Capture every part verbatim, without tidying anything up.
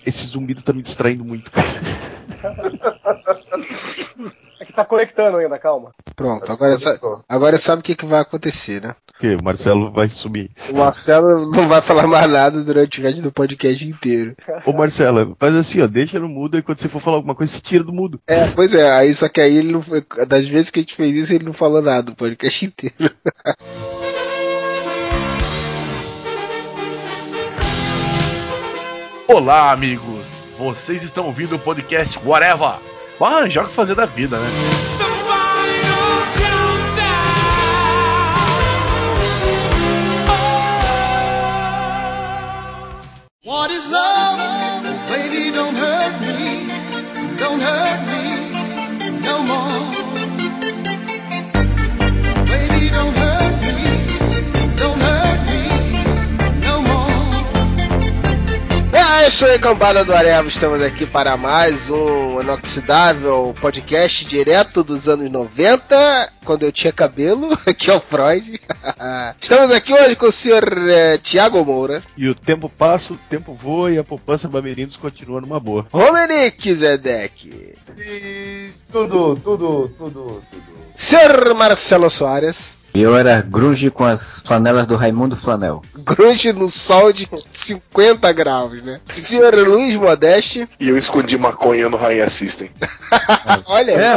esse zumbido tá me distraindo muito, cara. É que tá conectando ainda, calma. Pronto, agora, sa- agora sabe o que, que vai acontecer, né? Porque o Marcelo vai sumir. O Marcelo não vai falar mais nada durante o resto do podcast inteiro. Ô Marcelo, faz assim, ó, deixa no mudo e quando você for falar alguma coisa, você tira do mudo. É, pois é, aí só que aí ele não foi, das vezes que a gente fez isso, ele não falou nada o podcast inteiro. Olá, amigos! Vocês estão ouvindo o podcast Whatever. Vai arranjar o que fazer da vida, né? What is love? Baby, don't hurt me. Don't hurt me no more. Baby, don't hurt me. Don't hurt me no more. É isso aí, cambada do Areva. Estamos aqui para mais um inoxidável podcast direto dos anos noventa, quando eu tinha cabelo, aqui é o Freud. Estamos aqui hoje com o senhor é, Tiago Moura. E o tempo passa, o tempo voa e a poupança Bamerindos continua numa boa. Romenick Zedek. Isso, tudo, tudo, tudo, tudo. Senhor Marcelo Soares. Eu era grunge com as flanelas do Raimundo Flanel. Grunge no sol de cinquenta graus, né? Senhor Luiz Modeste. E eu escondi maconha no Rainha System. Olha aí.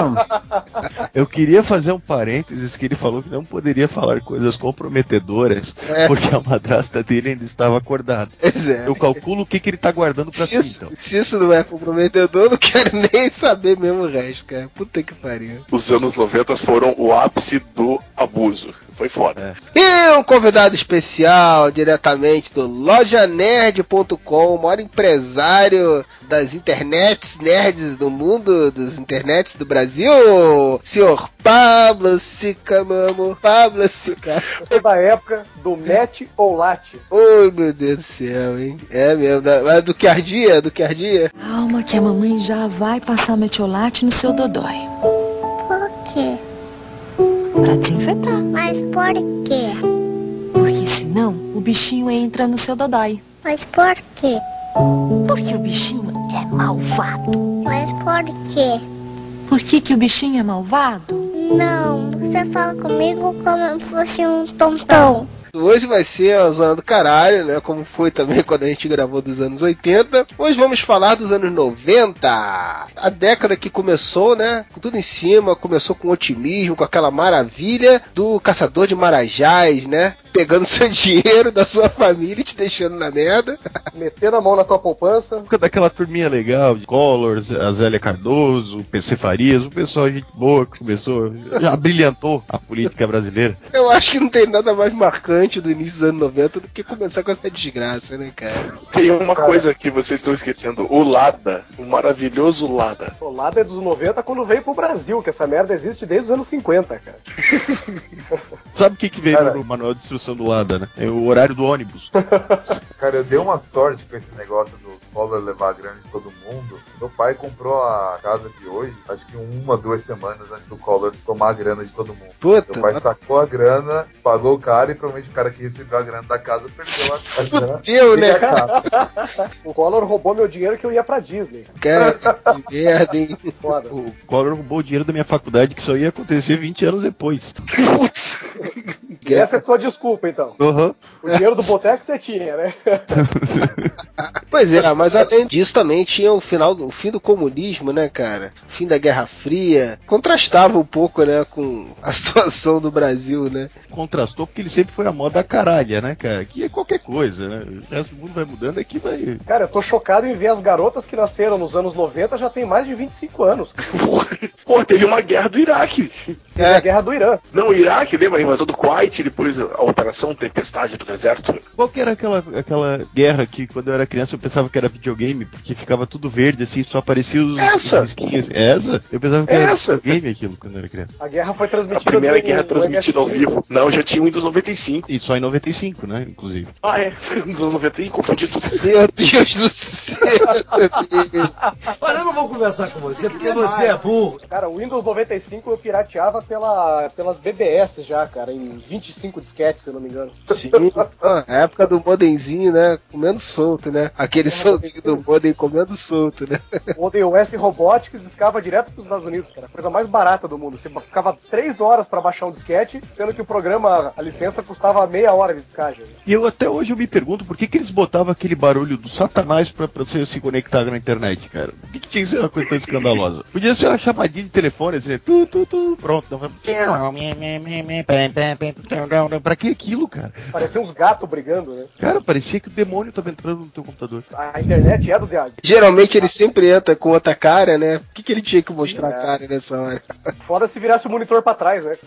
É, Eu queria fazer um parênteses que ele falou que não poderia falar coisas comprometedoras, É. porque a madrasta dele ainda estava acordada. Pois é. Eu calculo o que, que ele tá guardando pra Se si, isso, então. se isso não é comprometedor, eu não quero nem saber mesmo o resto, cara. Puta que pariu. Os anos noventa foram o ápice do abuso. Foi foda. E um convidado especial, diretamente do loja nerd ponto com, o maior empresário das internets nerds do mundo, dos internets do Brasil, senhor Pablo Sica, meu amor. Pablo Sica. É da época do Mete ou Late. Oi, meu Deus do céu, hein? É mesmo, da- mas do que ardia, do que ardia. Calma que a mamãe já vai passar metiolate no seu dodói. Por quê? Pra desinfetar. Mas por quê? Porque senão o bichinho entra no seu dodói. Mas por quê? Porque o bichinho é malvado. Mas por quê? Por que que o bichinho é malvado? Não, você fala comigo como se fosse um tontão. Hoje vai ser a zona do caralho, né? Como foi também quando a gente gravou dos anos oitenta. Hoje vamos falar dos anos noventa. A década que começou, né? Com tudo em cima, começou com otimismo, com aquela maravilha do caçador de marajás, né? Pegando seu dinheiro da sua família e te deixando na merda. Metendo a mão na tua poupança. Época daquela turminha legal, de Colors, a Zélia Cardoso, o P C Farias, o pessoal gente boa que começou, já brilhantou a política brasileira. Eu acho que não tem nada mais marcante do início dos anos noventa do que começar com essa desgraça, né, cara? Tem uma coisa que vocês estão esquecendo. O Lada. O maravilhoso Lada. O Lada é dos noventa quando veio pro Brasil, que essa merda existe desde os anos cinquenta, cara. Sabe o que, que veio Cara. no manual de instrução do Lada, né? É o horário do ônibus. Cara, eu dei uma sorte com esse negócio do Collor levar a grana de todo mundo. Meu pai comprou a casa de hoje, acho que uma, duas semanas antes do Collor tomar a grana de todo mundo. Puta, Meu pai sacou a grana, pagou o cara e provavelmente o cara que recebeu a grana da casa perdeu a, a grana. fudeu, e né? a casa. O Collor roubou meu dinheiro que eu ia pra Disney. Cara, que merda, hein? Foda. O Collor roubou o dinheiro da minha faculdade, que só ia acontecer vinte anos depois. Putz. E essa é a tua desculpa, então. Uhum. O dinheiro do boteco você tinha, né? Pois é, mas além disso também tinha o final, o fim do comunismo, né, cara? O fim da Guerra Fria. Contrastava um pouco, né, com a situação do Brasil, né? Contrastou porque ele sempre foi a moda caralha, né, cara? Que é qualquer coisa, né? O resto do mundo vai mudando, aqui vai... Cara, eu tô chocado em ver as garotas que nasceram nos anos noventa já tem mais de vinte e cinco anos. Pô, teve uma guerra do Iraque. Teve a guerra do Irã. Não, o Iraque, lembra a invasão do Kuwait, depois a Operação Tempestade do Deserto. Qual que era aquela, aquela guerra que quando eu era criança eu pensava que era videogame, porque ficava tudo verde, assim, só aparecia os... Essa? os risquinhos. Essa? Eu pensava que era Essa? videogame aquilo quando eu era criança. A guerra foi A transmitida... primeira no- guerra no transmitida ao M S N. vivo. Não, já tinha o Windows noventa e cinco. E só em noventa e cinco, né, inclusive. Ah, é. Foi nos anos noventa e confundi tudo. Meu Deus do céu! Olha, eu não vou conversar com você porque você é burro. Cara, o Windows noventa e cinco eu pirateava pela, pelas B B S já, cara, em vinte de cinco disquetes, se eu não me engano. Sim, a época do modemzinho, né? Comendo solto, né? Aquele solzinho do modem comendo solto, né? O modem U S Robotics discava direto pros Estados Unidos, cara. A coisa mais barata do mundo. Você ficava três horas pra baixar um disquete, sendo que o programa, a licença, custava meia hora de descagem. E eu até hoje eu me pergunto por que, que eles botavam aquele barulho do satanás pra, pra você se conectar na internet, cara. Por que, que tinha que ser uma coisa tão escandalosa? Podia ser uma chamadinha de telefone, assim, tu, tu, tu, pronto. Pra que aquilo, cara? Parecia uns gatos brigando, né? Cara, parecia que o demônio tava entrando no teu computador. A internet é do diabo. Geralmente ele sempre entra com outra cara, né? Por que, que ele tinha que mostrar é. a cara nessa hora? Foda se virasse o monitor pra trás, né?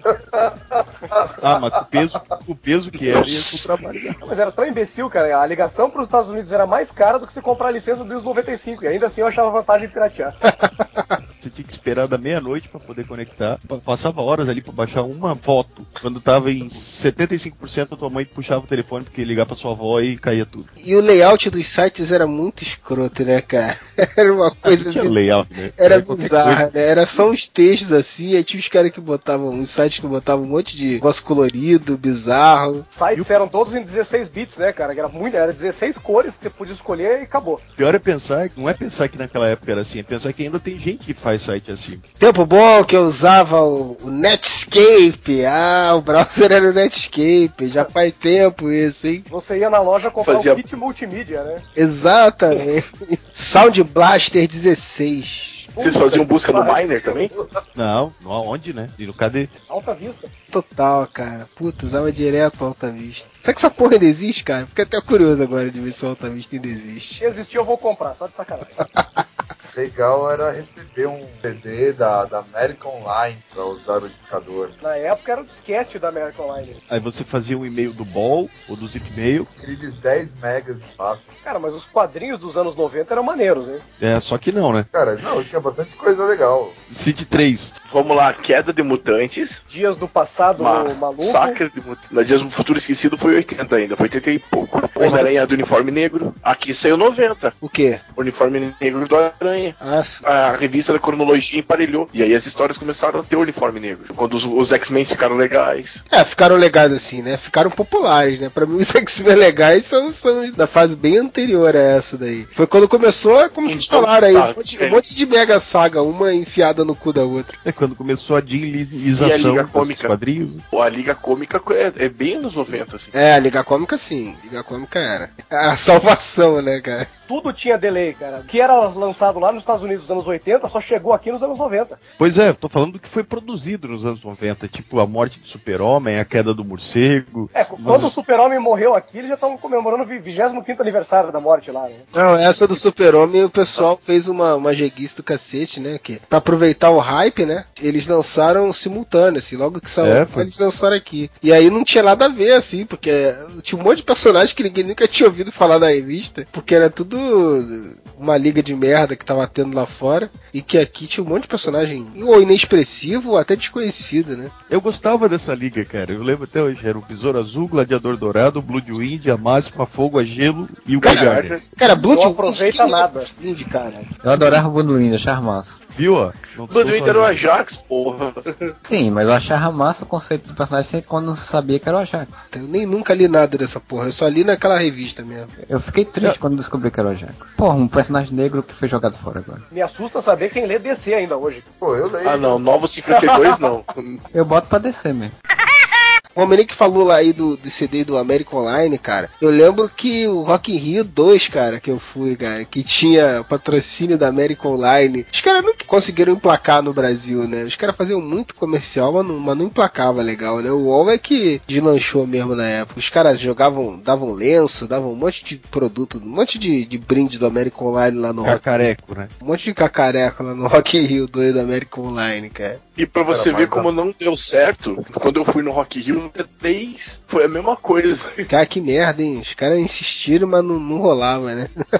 Ah, mas o peso, o peso que era ia pro trabalho. Mas era tão imbecil, cara. A ligação pros Estados Unidos era mais cara do que você comprar a licença do Windows noventa e cinco. E ainda assim eu achava vantagem de piratear. Você tinha que esperar da meia-noite pra poder conectar. Passava horas ali pra baixar uma foto. Quando tava em setenta e cinco por cento, a tua mãe puxava o telefone porque ia ligar pra sua avó e caía tudo. E o layout dos sites era muito escroto, né, cara? Era uma coisa... Ah, tinha layout, né? Era, era bizarro, né? Era só uns textos assim, aí tinha os caras que botavam, uns sites que botavam um monte de negócio colorido, bizarro. Sites eram todos em dezesseis bits, né, cara? Era muito, era dezesseis cores que você podia escolher e acabou. Pior é pensar, não é pensar que naquela época era assim, é pensar que ainda tem gente que faz site assim. Tempo bom que eu usava o, o Netscape. Ah, o browser era o Netscape. Já faz tempo isso, hein? Você ia na loja comprar Fazia... um kit multimídia, né? Exatamente. Sound Blaster dezesseis. Vocês faziam busca no Miner também? Não, no aonde, né? E no K D? Alta Vista. Total, cara. Puta, usava direto Alta Vista. Será que essa porra ainda existe, cara? Fiquei até curioso agora de ver se o Alta Vista ainda existe. Se existir, eu vou comprar, só de sacanagem. Legal era receber um C D da, da American Online pra usar o discador. Na época era o disquete da American Online. Aí você fazia um e-mail do Ball ou do Zipmail. Incríveis dez megas de espaço. Cara, mas os quadrinhos dos anos noventa eram maneiros, hein? É, só que não, né? Cara, não, tinha bastante coisa legal. City três. Vamos lá, Queda de Mutantes. Dias do Passado Ma Maluco. Sacre de Mutantes. Dias do Futuro Esquecido foi oitenta ainda, foi oitenta e pouco. Homem-Aranha do Uniforme Negro. Aqui saiu noventa. O quê? O Uniforme Negro do Aranha. Ah, a revista da cronologia emparelhou. E aí as histórias começaram a ter o uniforme negro. Quando os, os X-Men ficaram legais. É, ficaram legais assim, né? Ficaram populares, né? Pra mim os X-Men legais são, são da fase bem anterior a essa daí. Foi quando começou, como vocês Então, falaram aí, tá, um, monte, um monte de mega saga, uma enfiada no cu da outra. É quando começou a digitalização dos quadrinhos. A Liga Cômica é, é bem anos noventa, assim. É, a Liga Cômica sim. A Liga Cômica era. Era a salvação, né, cara? Tudo tinha delay, cara. O que era lançado lá nos Estados Unidos nos anos oitenta só chegou aqui nos anos noventa. Pois é, eu tô falando do que foi produzido nos anos noventa, tipo a morte do Super-Homem, a queda do morcego. É, quando mas... o Super-Homem morreu aqui, eles já estavam comemorando o vigésimo quinto aniversário da morte lá, né? Não, essa do Super-Homem o pessoal fez uma, uma jeguice do cacete, né? Que, pra aproveitar o hype, né? Eles lançaram simultâneo, assim, logo que saiu, é, eles lançaram aqui. E aí não tinha nada a ver, assim, porque tinha um monte de personagens que ninguém nunca tinha ouvido falar na revista, porque era tudo uma liga de merda que tava tendo lá fora, e que aqui tinha um monte de personagem ou inexpressivo ou até desconhecido, né? Eu gostava dessa liga, cara. Eu lembro até hoje. Era o Besouro Azul, Gladiador Dourado, Bloodwind, a Máxima, Fogo, a Gelo e o Guardian. Cara, Bloodwind não aproveita nada. Wind, cara. Eu adorava o Bloodwind, achava massa. Viu, ó? Bloodwind era o Ajax, porra. Sim, mas eu achava massa o conceito do personagem sempre quando não sabia que era o Ajax. Eu nem nunca li nada dessa porra, eu só li naquela revista mesmo. Eu fiquei triste eu... quando descobri que era o Ajax. Porra, um personagem negro que foi jogado fora agora. Me assusta saber quem lê D C ainda hoje. Pô, eu leio. Ah não, Novo cinquenta e dois não. Eu boto pra descer mesmo. O homem que falou lá aí do, do C D do American Online, cara, eu lembro que o Rock in Rio dois, cara, que eu fui, cara, que tinha patrocínio da American Online, os caras nunca conseguiram emplacar no Brasil, né? Os caras faziam muito comercial, mas não, mas não emplacava legal, né? O U O L é que deslanchou mesmo na época. Os caras jogavam, davam lenço, davam um monte de produto, um monte de, de brinde do American Online lá no Cacareco, Rock... né? Um monte de cacareco lá no Rock in Rio dois do American Online, cara. E pra você cara, ver como não deu certo, quando eu fui no Rock in Rio três, foi a mesma coisa. Cara, que merda, hein? Os caras insistiram, mas não, não rolava, né? Na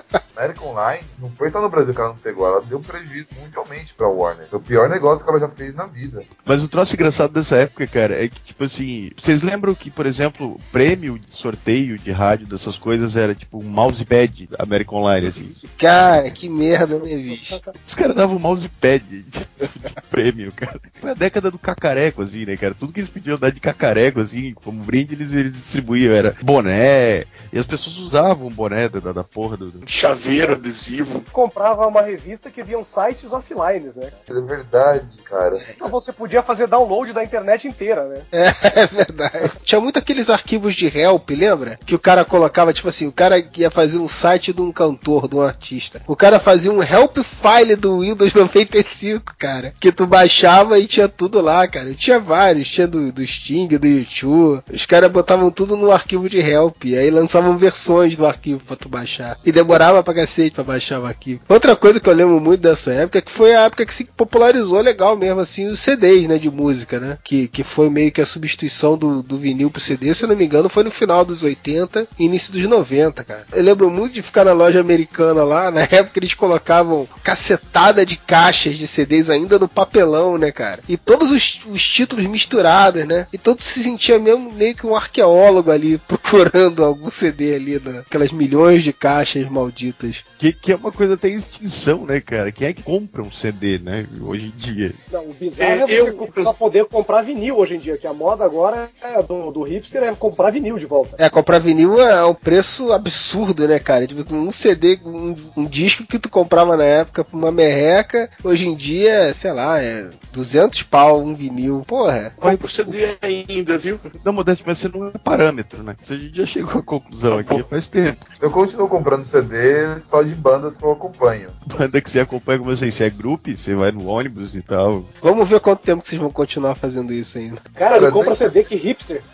American Online não foi só no Brasil que ela não pegou, ela deu prejuízo mundialmente pra Warner. Foi o pior negócio que ela já fez na vida. Mas o troço engraçado dessa época, cara, é que, tipo assim, vocês lembram que, por exemplo, prêmio de sorteio de rádio dessas coisas era tipo um mousepad American Online, assim. Cara, que merda, né, bicho? Os caras davam um mousepad de, de prêmio, cara. Foi a década do cacareco, assim, né, cara? Tudo que eles podiam dar de cacareco, assim, como brinde, eles, eles distribuíam. Era boné, e as pessoas usavam boné da, da porra do... Chaveiro, adesivo. Comprava uma revista que viam sites offline, né? É verdade, cara. Então você podia fazer download da internet inteira, né? É, é verdade. Tinha muito aqueles arquivos de help, lembra? Que o cara colocava, tipo assim, o cara ia fazer um site de um cantor, de um artista. O cara fazia um help file do Windows noventa e cinco, cara. Que tu baixava e tinha tudo lá, cara. Eu tinha vários, tinha do, do Sting, do YouTube. Os caras botavam tudo no arquivo de help. E aí lançavam versões do arquivo pra tu baixar. E demorava pra cacete pra baixar o arquivo. Outra coisa que eu lembro muito dessa época é que foi a época que se popularizou legal mesmo, assim, os C Ds, né, de música, né? Que, que foi meio que a substituição do, do vinil pro C D, se eu não me engano, foi no final dos oitenta e início dos noventa, cara. Eu lembro muito de ficar na loja americana lá, na época eles colocavam cacetada de caixas de C Ds ainda no papelão, né, cara? E todos os, os títulos misturados, né? E todo se sentia mesmo meio que um arqueólogo ali, procurando algum C D ali, naquelas milhões de caixas malditas. Que, que é uma coisa até em extinção, né, cara? Quem é que compra um C D, né, hoje em dia? Não, o bizarro é, é você eu... só poder comprar vinil hoje em dia, que a moda agora é do, do hipster é comprar vinil de volta. É, comprar vinil é um preço absurdo, né, cara? Tipo, um C D, um, um disco que tu comprava na época por uma merreca, hoje em dia, sei lá, é duzentos pau um vinil. Porra. Vai pro C D ainda, viu? Não, Modesto, mas você não é parâmetro, né? Você já chegou à conclusão aqui faz tempo. Eu continuo comprando C D só de bandas que eu acompanho. Banda que você acompanha, como assim, você é grupo, você vai no ônibus e tal. Vamos ver quanto tempo que vocês vão continuar fazendo isso ainda. Cara, ele compra C D que hipster.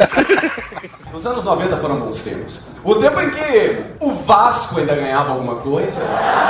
Os anos noventa foram bons tempos. O tempo em que o Vasco ainda ganhava alguma coisa.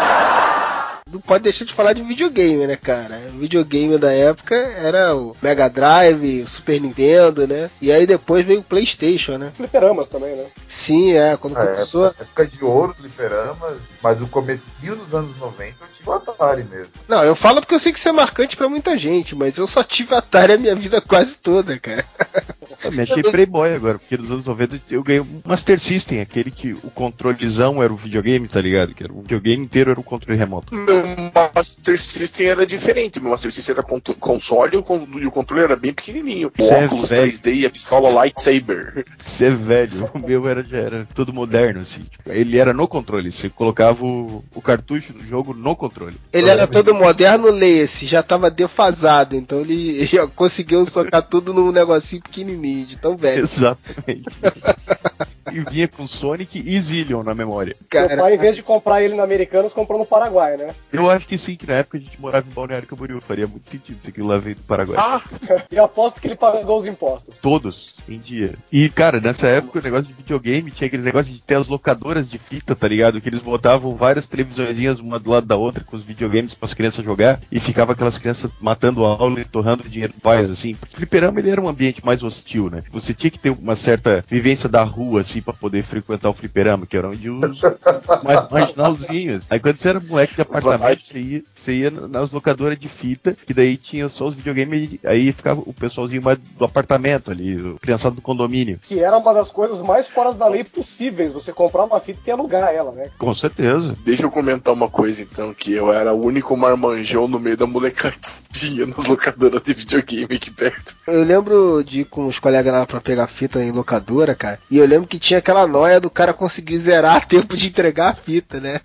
Não pode deixar de falar de videogame, né, cara? O videogame da época era o Mega Drive, o Super Nintendo, né? E aí depois veio o PlayStation, né? Fliperamas também, né? Sim, é. Quando é, começou... Época, época de ouro, fliperamas, mas o comecinho dos anos noventa eu tive o Atari mesmo. Não, eu falo porque eu sei que isso é marcante pra muita gente, mas eu só tive Atari a minha vida quase toda, cara. Eu me achei Playboy agora, porque nos anos noventa eu ganhei um Master System, aquele que o controlezão era o videogame, tá ligado? Que era o videogame inteiro era um controle remoto. Meu Master System era diferente. Meu Master System era console e o controle era bem pequenininho. O Cê óculos é três D e a pistola lightsaber. Você é velho. O meu era, já era todo moderno, assim. Tipo, ele era no controle. Você colocava o, o cartucho do jogo no controle. Ele era todo moderno, leia-se, já tava defasado. Então ele já conseguiu socar tudo num negocinho pequenininho, de tão velho. Exatamente. E vinha com Sonic e Zillion na memória. Meu pai, em vez de comprar ele na Americanas, comprou no Paraguai, né? Eu acho que sim, que na época a gente morava em Balneário Camboriú. Faria muito sentido se aquilo lá veio do Paraguai. Ah! E aposto que ele pagou os impostos. Todos, em dia. E, cara, nessa época o negócio de videogame tinha aqueles negócios de ter as locadoras de fita, tá ligado? Que eles botavam várias televisõezinhas uma do lado da outra com os videogames para as crianças jogar e ficava aquelas crianças matando a aula e torrando dinheiro dos pais, assim. Porque o fliperama ele era um ambiente mais hostil, né? Você tinha que ter uma certa vivência da rua, assim, pra poder frequentar o fliperama, que era onde os mais marginalzinhos. Aí quando você era moleque de apartamento, você ia, você ia nas locadoras de fita, que daí tinha só os videogames, aí ficava o pessoalzinho mais do apartamento ali, o criançado do condomínio. Que era uma das coisas mais fora da lei possíveis, você comprar uma fita e alugar ela, né? Com certeza. Deixa eu comentar uma coisa então, que eu era o único marmanjão no meio da molecadinha nas locadoras de videogame aqui perto. Eu lembro de ir com os colegas lá pra pegar fita em locadora, cara, e eu lembro que tinha aquela noia do cara conseguir zerar a tempo de entregar a fita, né?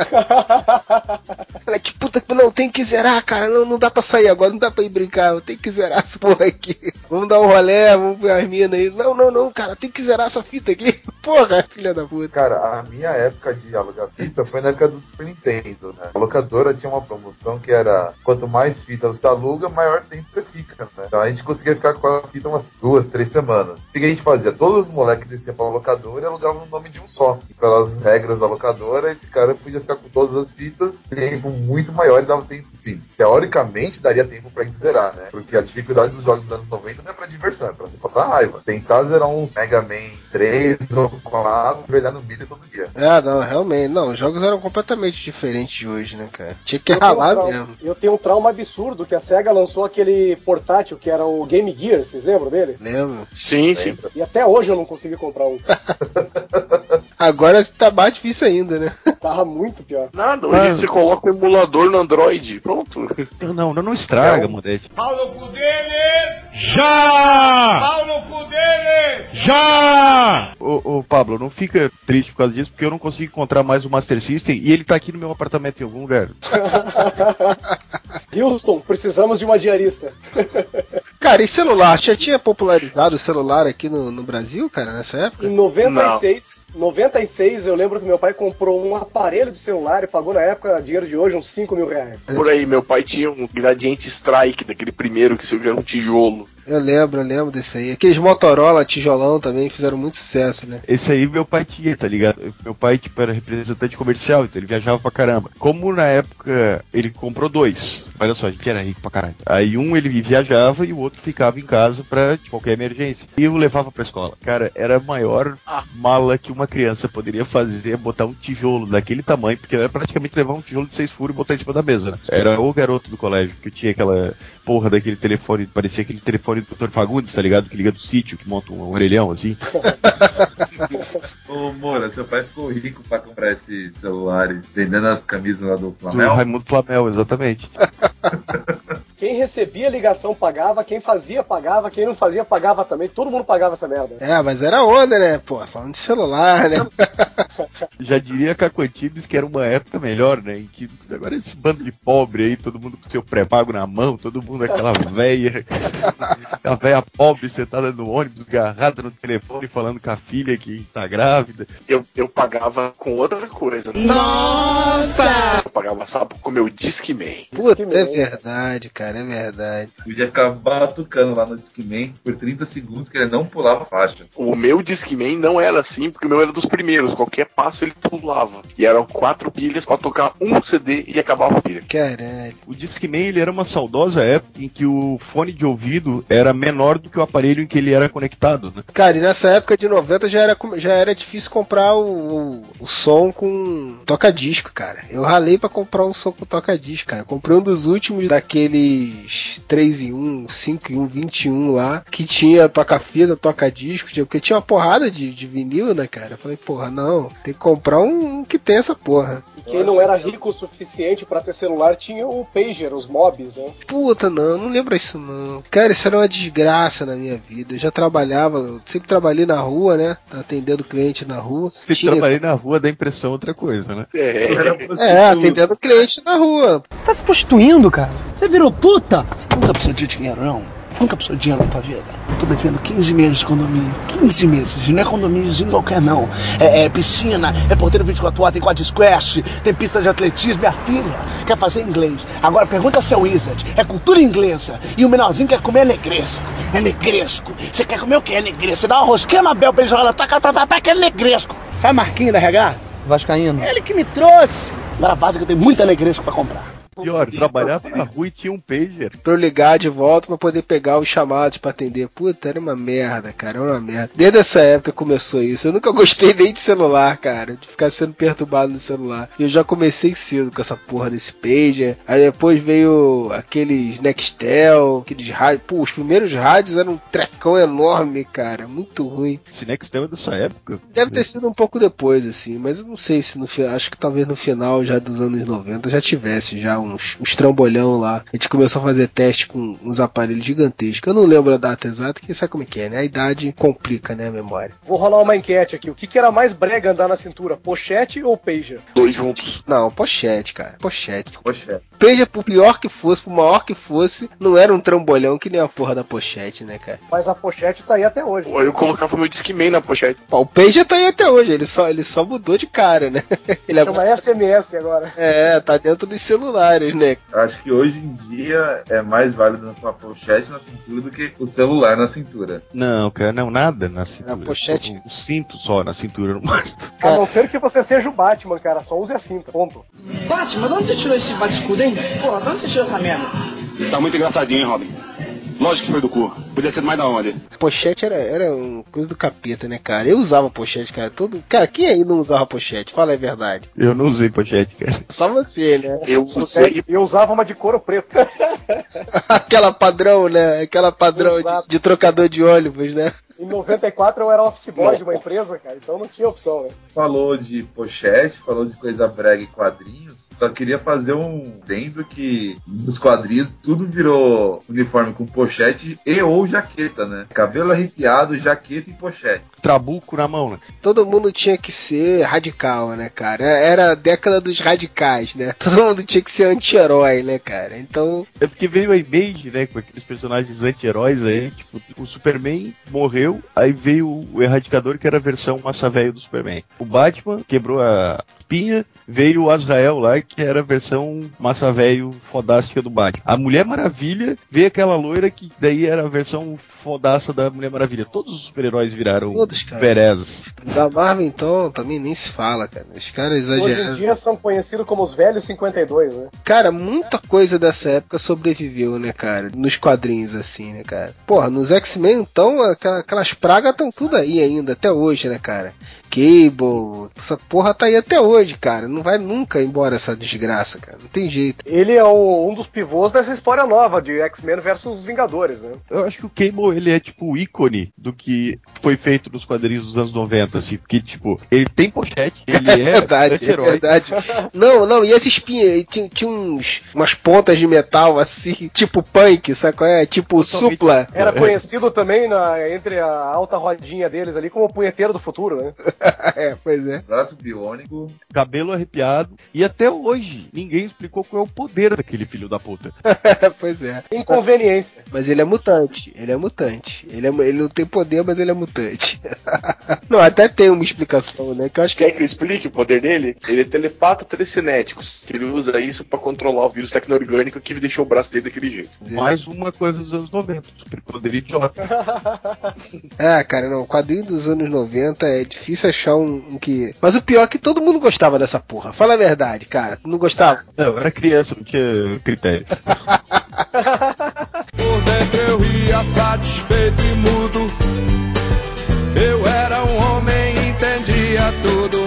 Que puta, não, tem que zerar, cara, não, não dá pra sair agora, não dá pra ir brincar, eu tenho que zerar essa porra aqui. Vamos dar um rolé, vamos ver as minas aí. Não, não, não, cara, tem que zerar essa fita aqui. Porra, filha da puta. Cara, a minha época de alugar fita foi na época do Super Nintendo, né? A locadora tinha uma promoção que era, quanto mais fita você aluga, maior tempo você fica, né? Então a gente conseguia ficar com a fita umas duas, três semanas. O que a gente fazia? Todos os moleques desciam pra locadora e alugavam no nome de um só. E pelas regras da locadora, esse cara podia ficar com todas as fitas, tempo muito maior e dava tempo, sim. Teoricamente, daria tempo pra gente zerar, né? Porque a dificuldade dos jogos dos anos noventa não é pra diversão, é pra você passar raiva. Tentar zerar um Mega Man três ou quadro, velhar no milho todo dia. É, não, realmente. Não, os jogos eram completamente diferentes de hoje, né, cara? Tinha que eu ralar um mesmo. Eu tenho um trauma absurdo que a SEGA lançou aquele portátil que era o Game Gear, vocês lembram dele? Lembro. Sim, sim. E até hoje eu não consegui comprar um. Agora tá mais difícil ainda, né? Tava muito pior. Nada, hoje ah. você coloca o emulador no Android, pronto. Não, não, não estraga, é um... Modeste. Pau no cu deles! Já! Pau no cu deles! Já! Ô, ô, Pablo, não fica triste por causa disso, porque eu não consigo encontrar mais o Master System e ele tá aqui no meu apartamento em algum lugar. Houston, precisamos de uma diarista. Cara, e celular? Já tinha popularizado o celular aqui no, no Brasil, cara, nessa época? Em noventa e seis, noventa e seis, eu lembro que meu pai comprou um aparelho de celular e pagou na época, dinheiro de hoje, uns cinco mil reais. Por aí, meu pai tinha um Gradiente Strike, daquele primeiro que era um tijolo. Eu lembro, eu lembro desse aí. Aqueles Motorola, tijolão também, fizeram muito sucesso, né? Esse aí meu pai tinha, tá ligado? Meu pai, tipo, era representante comercial, então ele viajava pra caramba. Como na época ele comprou dois, olha só, a gente era rico pra caralho. Aí um ele viajava e o outro ficava em casa pra tipo, qualquer emergência. E eu levava pra escola. Cara, era a maior ah. mala que uma criança poderia fazer, botar um tijolo daquele tamanho, porque era praticamente levar um tijolo de seis furos e botar em cima da mesa, né? Era o garoto do colégio que tinha aquela porra daquele telefone, parecia aquele telefone do doutor Fagundes, tá ligado? Que liga do sítio, que monta um orelhão assim. Ô, Moura, seu pai ficou rico pra comprar esses celulares, vendendo as camisas lá do Flamel? Do Raimundo Flamel, exatamente. Quem recebia ligação pagava, quem fazia pagava, quem não fazia pagava também. Todo mundo pagava essa merda. É, mas era onda, né? Pô, falando de celular, né? Já diria Caco Antibes que era uma época melhor, né? Em que agora esse bando de pobre aí, todo mundo com seu pré-pago na mão, todo mundo aquela véia, a véia pobre sentada no ônibus, agarrada no telefone, falando com a filha que tá grávida. Eu, eu pagava com outra coisa. Né? Nossa! Eu pagava, sabe, com o meu Discman. Puta, é verdade, cara, é verdade. Podia ficar batucando lá no Discman por trinta segundos que ele não pulava a faixa. O meu Discman não era assim, porque o meu era dos primeiros. Qualquer passo ele pulava. E eram quatro pilhas pra tocar um C D e acabava a pilha. Caralho. O Discman, ele era uma saudosa época em que o fone de ouvido era menor do que o aparelho em que ele era conectado, né? Cara, e nessa época de noventa já era, já era difícil comprar o, o, o som com toca-disco, cara. Eu ralei pra comprar um som com toca-disco, cara. Comprei um dos últimos daqueles três em um, cinco em um, vinte e um lá, que tinha toca-fita, toca-disco, porque tinha uma porrada de, de vinil, né, cara? Eu falei, porra, não, tem que comprar um que tem essa porra. E quem não era rico o suficiente pra ter celular tinha o pager, os mobs, né? Puta, não, não lembro isso não. Cara, isso era uma desgraça na minha vida. Eu já trabalhava, eu sempre trabalhei na rua, né? Atendendo cliente na rua. Você trabalhei essa... na rua, dá impressão outra coisa, né? É, é atendendo cliente na rua. Você tá se prostituindo, cara? Você virou puta? Você nunca precisou de dinheiro, não? Nunca precisou de dinheiro na tua vida. Tô devendo quinze meses de condomínio. quinze meses. E não é condomíniozinho qualquer, não. É, é piscina, é porteiro vinte e quatro horas, tem quadra squash, tem pista de atletismo. Minha filha quer fazer inglês. Agora pergunta se é Wizard. É cultura inglesa. E o menorzinho quer comer negresco. É negresco. Você quer comer o quê? É negresco. Você dá uma rosquinha, Mabel, pra ele jogar na tua cara pra papai, que é negresco. Sabe Marquinhos da R H? Vascaíno. Ele que me trouxe. Agora vaza que eu tenho muita negresco pra comprar. Pior, trabalhava na rua e tinha um pager. Pra eu ligar de volta pra poder pegar os chamados pra atender. Puta, era uma merda, cara, era uma merda. Desde essa época começou isso. Eu nunca gostei nem de celular, cara, de ficar sendo perturbado no celular. Eu já comecei cedo com essa porra desse pager. Aí depois veio aqueles Nextel, aqueles rádios. Pô, os primeiros rádios eram um trecão enorme, cara, muito ruim. Esse Nextel é dessa época? Deve ter sido um pouco depois, assim, mas eu não sei se no final, acho que talvez no final já dos anos noventa já tivesse já um Uns, uns trambolhão lá. A gente começou a fazer teste com uns aparelhos gigantescos. Eu não lembro a data exata, que sabe como é que é, né? A idade complica, né, a memória. Vou rolar uma enquete aqui. O que, que era mais brega andar na cintura? Pochete ou pager? Dois juntos. Não, pochete, cara. Pochete. Pochete. Pager, por pior que fosse, por maior que fosse, não era um trambolhão que nem a porra da pochete, né, cara? Mas a pochete tá aí até hoje. Pô, eu colocava meu Discman na pochete. Pô, o pager tá aí até hoje. Ele só, ele só mudou de cara, né? Ele chama é... S M S agora. É, tá dentro dos celulares, né? Acho que hoje em dia é mais válido uma pochete na cintura do que o celular na cintura. Não, cara, não, nada na cintura. A pochete. O cinto só na cintura. Não... A não ser que você seja o Batman, cara, só use a cinta, ponto. Batman, de onde você tirou esse bate-escudo, hein? Porra, de onde você tirou essa merda? Você tá muito engraçadinho, hein, Robin? Lógico que foi do cu. Podia ser mais da onde. Pochete era, era uma coisa do capeta, né, cara? Eu usava pochete, cara. Todo... Cara, quem aí não usava pochete? Fala a verdade. Eu não usei pochete, cara. Só você, né? Eu usei. Eu usava uma de couro preto. Aquela padrão, né? Aquela padrão de, de trocador de ônibus, né? Em noventa e quatro eu era office boy de uma empresa, cara, então não tinha opção, né? Falou de pochete, falou de coisa brega e quadrinhos. Só queria fazer um dentro que nos quadrinhos tudo virou uniforme com pochete e ou jaqueta, né? Cabelo arrepiado, jaqueta e pochete. Trabuco na mão, né? Todo mundo tinha que ser radical, né, cara? Era a década dos radicais, né? Todo mundo tinha que ser anti-herói, né, cara? Então... É porque veio a Image, né, com aqueles personagens anti-heróis aí, tipo, o Superman morreu, aí veio o Erradicador, que era a versão massa velho do Superman. O Batman quebrou a espinha, veio o Azrael lá, que era a versão massa velho fodástica do Batman. A Mulher Maravilha veio aquela loira que daí era a versão fodaça da Mulher Maravilha. Todos os super-heróis viraram Todos, cara. Perezas. Da Marvel, então, também nem se fala, cara. Os caras exageraram. Hoje em dia são conhecidos como os velhos cinquenta e dois, né? Cara, muita coisa dessa época sobreviveu, né, cara? Nos quadrinhos, assim, né, cara? Porra, nos X-Men, então, aquelas, aquelas pragas estão tudo aí ainda, até hoje, né, cara? Cable, essa porra tá aí até hoje, cara. Não vai nunca embora essa desgraça, cara. Não tem jeito. Ele é o, um dos pivôs dessa história nova de X-Men versus Vingadores, né? Eu acho que o Cable, ele é tipo o ícone do que foi feito nos quadrinhos dos anos noventa, assim, porque, tipo, ele tem pochete, ele é, é verdade, é verdade. Não, não, e essa espinha, tinha, tinha uns, umas pontas de metal, assim, tipo punk, sabe qual é? Tipo Totalmente. Supla. Era conhecido também na, entre a alta rodinha deles ali como o punheteiro do futuro, né? É, pois é. Braço biônico. Cabelo arrepiado. E até hoje, ninguém explicou qual é o poder daquele filho da puta. Pois é. Inconveniência. Mas ele é mutante. Ele é mutante. Ele, é, ele não tem poder, mas ele é mutante. Não, até tem uma explicação, né? Que eu acho que... Quer que eu explique o poder dele? Ele é telepata telecinético. Ele usa isso pra controlar o vírus tecno-orgânico que deixou o braço dele daquele jeito. Mais uma coisa dos anos noventa. Superpoder idiota. É, cara, não. O quadrinho dos anos noventa é difícil achar um, um que... Mas o pior é que todo mundo gostava dessa porra. Fala a verdade, cara. Tu não gostava? Não, eu era criança, não tinha critério. Por dentro eu ia satisfeito e mudo. Eu era um homem e entendia tudo.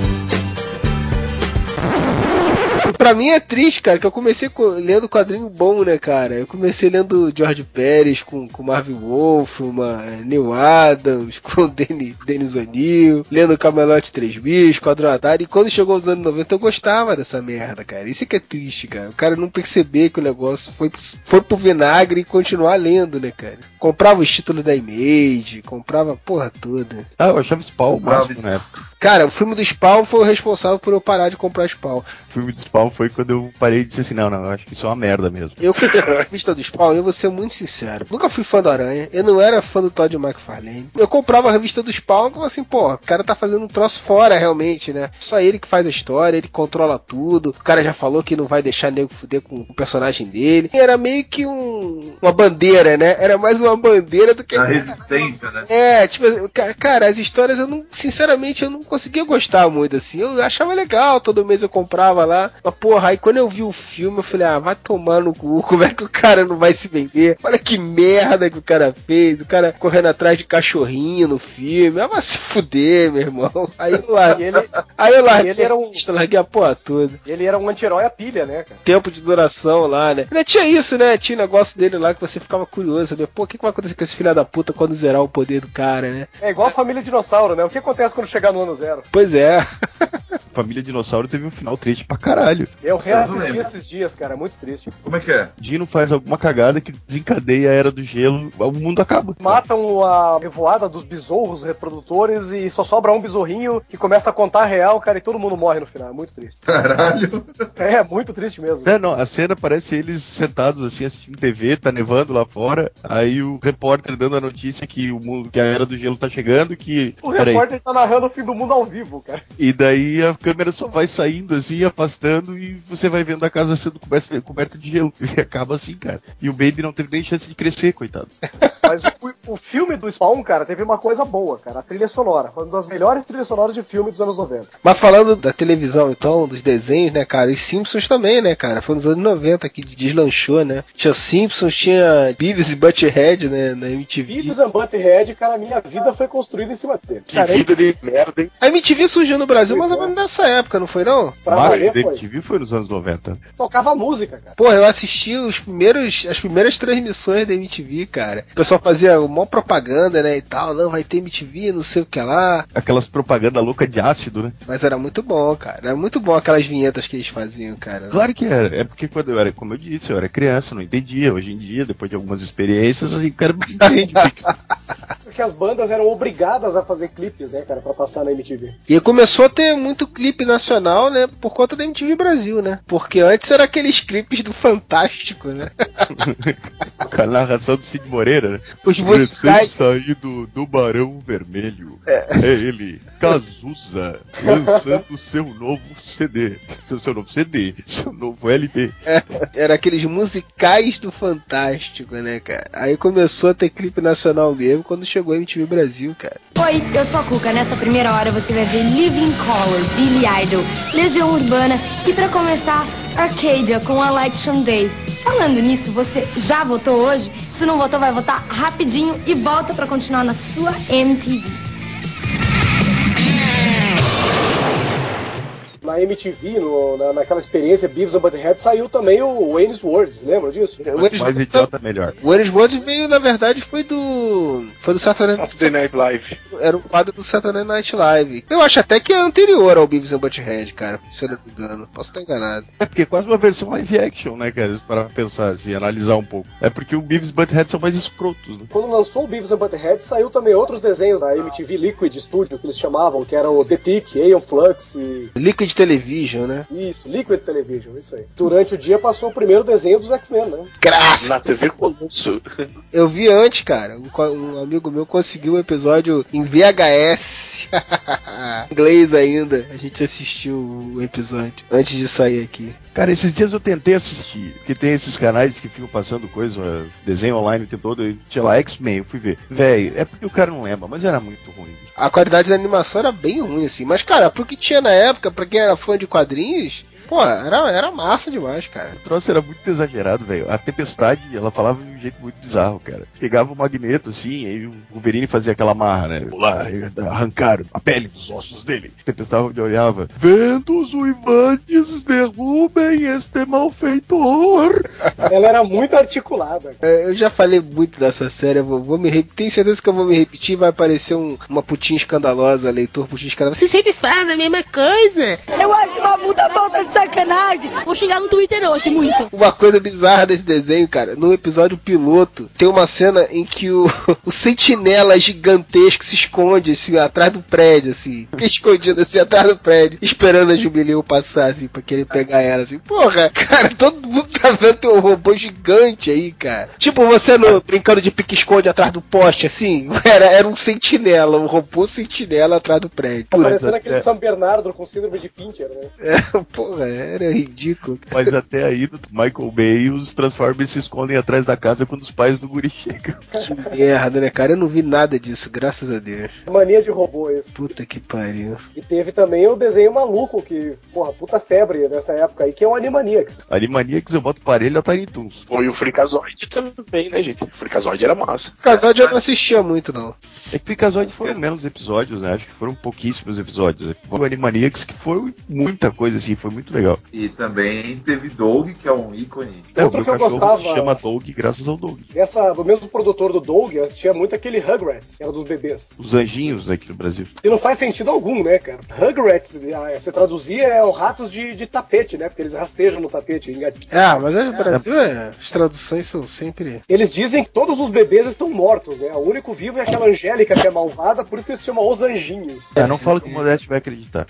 Pra mim é triste, cara, que eu comecei lendo quadrinho bom, né, cara? Eu comecei lendo George Pérez com, com Marvin Wolf, uma Neil Adams, com Dennis, Dennis O'Neil, lendo Camelot três Bis, Quadradar, e quando chegou os anos noventa eu gostava dessa merda, cara. Isso é que é triste, cara. O cara não perceber que o negócio foi, foi pro vinagre e continuar lendo, né, cara? Comprava os títulos da Image, comprava a porra toda. Ah, eu achava Spawn o máximo na época. Cara, o filme do Spawn foi o responsável por eu parar de comprar Spawn. O filme do Spawn foi quando eu parei de dizer assim, não, não, eu acho que isso é uma merda mesmo. Eu fui a revista do Spawn, eu vou ser muito sincero. Nunca fui fã do Aranha, eu não era fã do Todd McFarlane. Eu comprava a revista do Spawn e falava assim, pô, o cara tá fazendo um troço fora realmente, né? Só ele que faz a história, ele controla tudo. O cara já falou que não vai deixar nego fuder com o personagem dele. E era meio que um, uma bandeira, né? Era mais uma bandeira do que... A resistência, né? É, tipo, cara, as histórias eu não, sinceramente, eu não conseguia gostar muito, assim. Eu achava legal, todo mês eu comprava lá. Mas, porra, aí quando eu vi o filme, eu falei, ah, vai tomar no cu, como é que o cara não vai se vender? Olha que merda que o cara fez, o cara correndo atrás de cachorrinho no filme. Ah, vai se fuder, meu irmão. Aí eu larguei, ele, aí eu larguei, ele era um, larguei a porra toda. Ele era um anti-herói a pilha, né, cara? Tempo de duração lá, né? Ainda tinha isso, né? Tinha um negócio dele lá que você ficava curioso, sabe? Pô, o que, que vai acontecer com esse filho da puta quando zerar o poder do cara, né? É igual a família dinossauro, né? O que acontece quando chegar no ano zero? Pois é. Família Dinossauro teve um final triste pra caralho. Eu reassisti esses dias, cara, muito triste. Como é que é? Dino faz alguma cagada que desencadeia a Era do Gelo, o mundo acaba. Matam a revoada dos besouros reprodutores e só sobra um besourrinho que começa a contar a real, cara, e todo mundo morre no final. É muito triste. Caralho. É, muito triste mesmo. É, não, a cena parece eles sentados assim assistindo T V, tá nevando lá fora, aí o repórter dando a notícia que o mundo, que a Era do Gelo tá chegando, que... O repórter tá narrando o fim do mundo ao vivo, cara. E daí a câmera só vai saindo assim, afastando, e você vai vendo a casa sendo coberta, coberta de gelo. E acaba assim, cara. E o Baby não teve nem chance de crescer, coitado. Mas o, o filme do Spawn, cara, teve uma coisa boa, cara. A trilha sonora. Foi uma das melhores trilhas sonoras de filme dos anos noventa. Mas falando da televisão, então, dos desenhos, né, cara? Os Simpsons também, né, cara? Foi nos anos noventa que deslanchou, né? Tinha Simpsons, tinha Beavis e Butthead, né, na M T V. Beavis and Butthead, cara, minha vida foi construída em cima dele. Que cara, vida de merda, hein? A M T V surgiu no Brasil mais ou menos nessa época, não foi, não? Pra Mas a M T V foi nos anos noventa. Tocava música, cara. Pô, eu assisti os primeiros, as primeiras transmissões da M T V, cara. O pessoal fazia uma propaganda, né, e tal. Não, vai ter M T V, não sei o que lá. Aquelas propagandas loucas de ácido, né? Mas era muito bom, cara. Era muito bom aquelas vinhetas que eles faziam, cara. Claro que era. É porque quando eu era, como eu disse, eu era criança, eu não entendia. Hoje em dia, depois de algumas experiências, assim, o cara entende. Porque as bandas eram obrigadas a fazer clipes, né, cara, pra passar na M T V. E começou a ter muito clipe nacional, né, por conta da M T V Brasil, né? Porque antes era aqueles clipes do Fantástico, né? Com a narração do Cid Moreira, né? Os musicais... saído do Barão Vermelho. É, é ele, Cazuza, lançando seu novo C D. Seu, seu novo C D, seu novo L P. É, era aqueles musicais do Fantástico, né, cara? Aí começou a ter clipe nacional mesmo quando chegou a M T V Brasil, cara. Oi, eu sou a Cuca. Nessa primeira hora você vai ver Living Color, Billy Idol, Legião Urbana e pra começar, Arcadia com Election Day. Falando nisso, você já votou hoje? Se não votou, vai votar rapidinho e volta pra continuar na sua M T V. Na M T V, no, na, naquela experiência Beavis and Butthead, saiu também o Wayne's World, lembra disso? O Wayne's mais idiota, melhor. O Wayne's World veio, na verdade, foi do... Foi do Saturday Night Live. Era um quadro do Saturday Night Live. Eu acho até que é anterior ao Beavis and Butthead, cara, se eu não me engano. Posso estar enganado. É porque é quase uma versão live action, né, cara? Para pensar assim, analisar um pouco. É porque o Beavis e Butthead são mais escrotos, né? Quando lançou o Beavis and Butthead, saiu também outros desenhos da M T V Liquid Studio, que eles chamavam, que era o The Tick, Aeon Flux e... Liquid Television, né? Isso, Liquid Television, isso aí. Durante o dia passou o primeiro desenho dos X-Men, né? Graças! Na T V Colosso. Eu vi antes, cara. Um, um amigo meu conseguiu o um episódio em V H S. Em inglês ainda. A gente assistiu o episódio antes de sair aqui. Cara, esses dias eu tentei assistir, porque tem esses canais que ficam passando coisa, desenho online o tempo todo, e tinha lá X-Men, eu fui ver. Véi, é porque o cara não lembra, mas era muito ruim. A qualidade da animação era bem ruim, assim. Mas, cara, pro que tinha na época, pra quem era fã de quadrinhos... Pô, era, era massa demais, cara. O troço era muito exagerado, velho. A Tempestade, ela falava de um jeito muito bizarro, cara. Pegava o Magneto, assim, aí o Wolverine fazia aquela marra, né? Lá, arrancaram a pele dos ossos dele. A Tempestade olhava. Ventos uivantes derrubem este malfeitor. Ela era muito articulada. É, eu já falei muito dessa série, eu vou, vou me repetir. Tenho certeza que eu vou me repetir. Vai aparecer um, uma putinha escandalosa, leitor putinha escandalosa. Você sempre fala a mesma coisa. Eu acho uma puta falta de sacanagem. Vou chegar no Twitter hoje, muito. Uma coisa bizarra desse desenho, cara. No episódio piloto, tem uma cena em que o, o sentinela gigantesco se esconde, assim, atrás do prédio, assim. Fica escondido, assim, atrás do prédio, esperando a Jubileu passar, assim, pra querer pegar ela, assim. Porra, cara, todo mundo tá vendo teu robô gigante aí, cara. Tipo, você no, brincando de pique-esconde atrás do poste, assim. Era, era um sentinela, um robô sentinela atrás do prédio. Tá parecendo aquele São Bernardo com síndrome de Pinter, né? É, porra, era ridículo. Mas até aí, no Michael Bay, os Transformers se escondem atrás da casa quando os pais do guri chegam. Que merda, né, cara? Eu não vi nada disso, graças a Deus. Mania de robô, isso. Puta que pariu. E teve também o desenho maluco, que, porra, puta febre nessa época aí, que é o Animaniacs. Animaniacs eu boto parelho a Tiny Toons. Foi o Freakazoid também, né, gente? O Freakazoid era massa. O Freakazoid eu não assistia muito, não. É que o Freakazoid foram menos episódios, né? Acho que foram pouquíssimos episódios. O Animaniacs que foi muita coisa, assim, foi muito legal. E também teve Doug, que é um ícone. É, Outro o que eu cachorro gostava se chama Doug graças ao Doug. Essa, do mesmo produtor do Doug, eu assistia muito aquele Rugrats, que era dos bebês. Os anjinhos aqui no Brasil. E não faz sentido algum, né, cara? Rugrats, você traduzia, é o ratos de, de tapete, né? Porque eles rastejam no tapete. Engatilham. Ah, mas no Brasil é, as traduções são sempre... Eles dizem que todos os bebês estão mortos, né? O único vivo é aquela Angélica que é malvada, por isso que eles se chamam Os Anjinhos. É, não fala que o Modeste vai acreditar.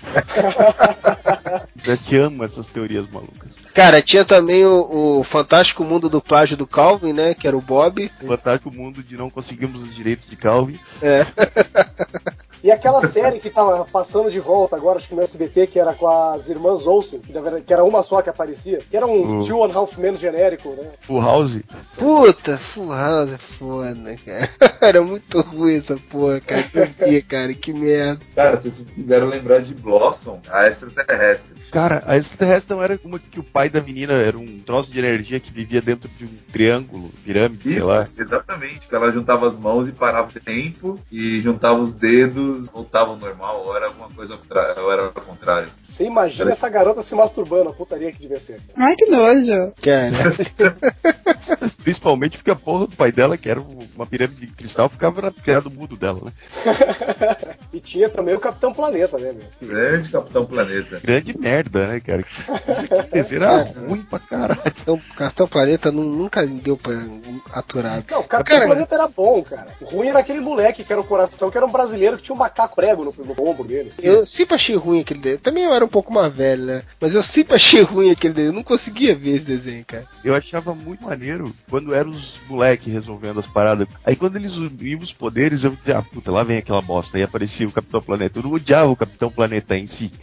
O Modeste ama essas teorias malucas. Cara, tinha também o, o Fantástico Mundo do Plágio do Calvin, né? Que era o Bob. O Fantástico Mundo de não conseguirmos os direitos de Calvin. É. E aquela série que tava passando de volta agora, acho que no S B T, que era com as irmãs Olsen, que, na verdade, que era uma só que aparecia, que era um Uh. Two and a Half Men genérico, né? Full House. Puta, Full House é foda, cara. Era muito ruim essa porra, cara. Que via, cara, que merda. Cara, vocês fizeram lembrar de Blossom, a extraterrestre. Cara, a extraterrestre não era como que o pai da menina era um troço de energia que vivia dentro de um triângulo, pirâmide, sei Isso, lá. exatamente. Que ela juntava as mãos e parava o tempo, e juntava os dedos, voltava ao normal, ou era alguma coisa ao contrário. Ou era ao contrário. Você imagina Era... essa garota se masturbando, a putaria que devia ser. Ai, que nojo. Cara. Principalmente porque a porra do pai dela, que era uma pirâmide de cristal, ficava na criado mudo dela, né? E tinha também o Capitão Planeta, né, meu? Grande Capitão Planeta. Grande merda, né, cara? Que desenho era ruim pra caralho. O Capitão Planeta não, nunca deu pra aturar. Não, o Capitão Cara, Planeta era bom, cara. O ruim era aquele moleque que era o coração, que era um brasileiro que tinha um macaco prego no, no ombro dele. Eu sempre achei ruim aquele desenho. Também eu era um pouco mais velho, né? Mas eu sempre achei ruim aquele desenho. Eu não conseguia ver esse desenho, cara. Eu achava muito maneiro quando eram os moleques resolvendo as paradas. Aí quando eles uniam os poderes, eu dizia, ah, puta, lá vem aquela bosta. Aí aparecia o Capitão Planeta. Eu não odiava o Capitão Planeta em si.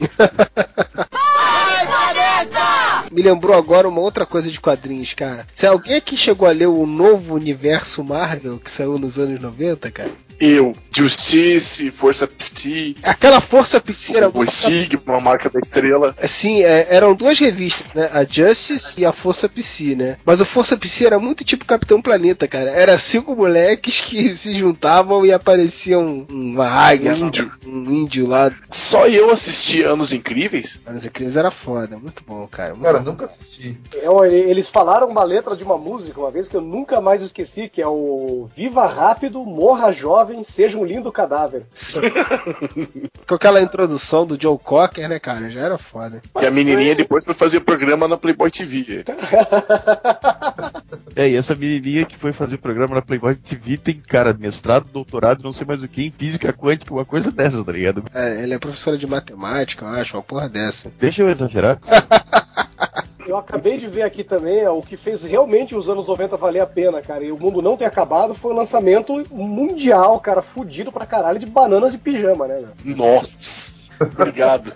Me lembrou agora uma outra coisa de quadrinhos, cara. Se alguém aqui chegou a ler o novo universo Marvel que saiu nos anos noventa, cara. Eu, Justice, Força Psi. Aquela Força Psi era o Sigma, a Marca da Estrela. Assim, é, eram duas revistas, né? A Justice e a Força Psi, né? Mas o Força Psi era muito tipo Capitão Planeta, cara. Era cinco moleques que se juntavam e apareciam uma águia, um índio. um índio lá. Só eu assisti Anos Incríveis? Anos Incríveis era foda, muito bom, cara. Muito cara, bom. nunca assisti. É, eles falaram uma letra de uma música uma vez que eu nunca mais esqueci, que é o Viva Rápido, Morra Jovem, Seja um Lindo Cadáver. Com aquela introdução do Joe Cocker, né, cara? Já era foda. E a menininha depois foi fazer programa na Playboy T V. É, e essa menininha que foi fazer programa na Playboy T V tem, cara, mestrado, doutorado, não sei mais o que, em física quântica, uma coisa dessa, tá ligado? É, ela é professora de matemática, eu acho, uma porra dessa. Deixa eu exagerar. Eu acabei de ver aqui também, ó, o que fez realmente os anos noventa valer a pena, cara, e o mundo não ter acabado, foi o lançamento mundial, cara, fudido pra caralho, de Bananas de Pijama, né, meu? Nossa, obrigado.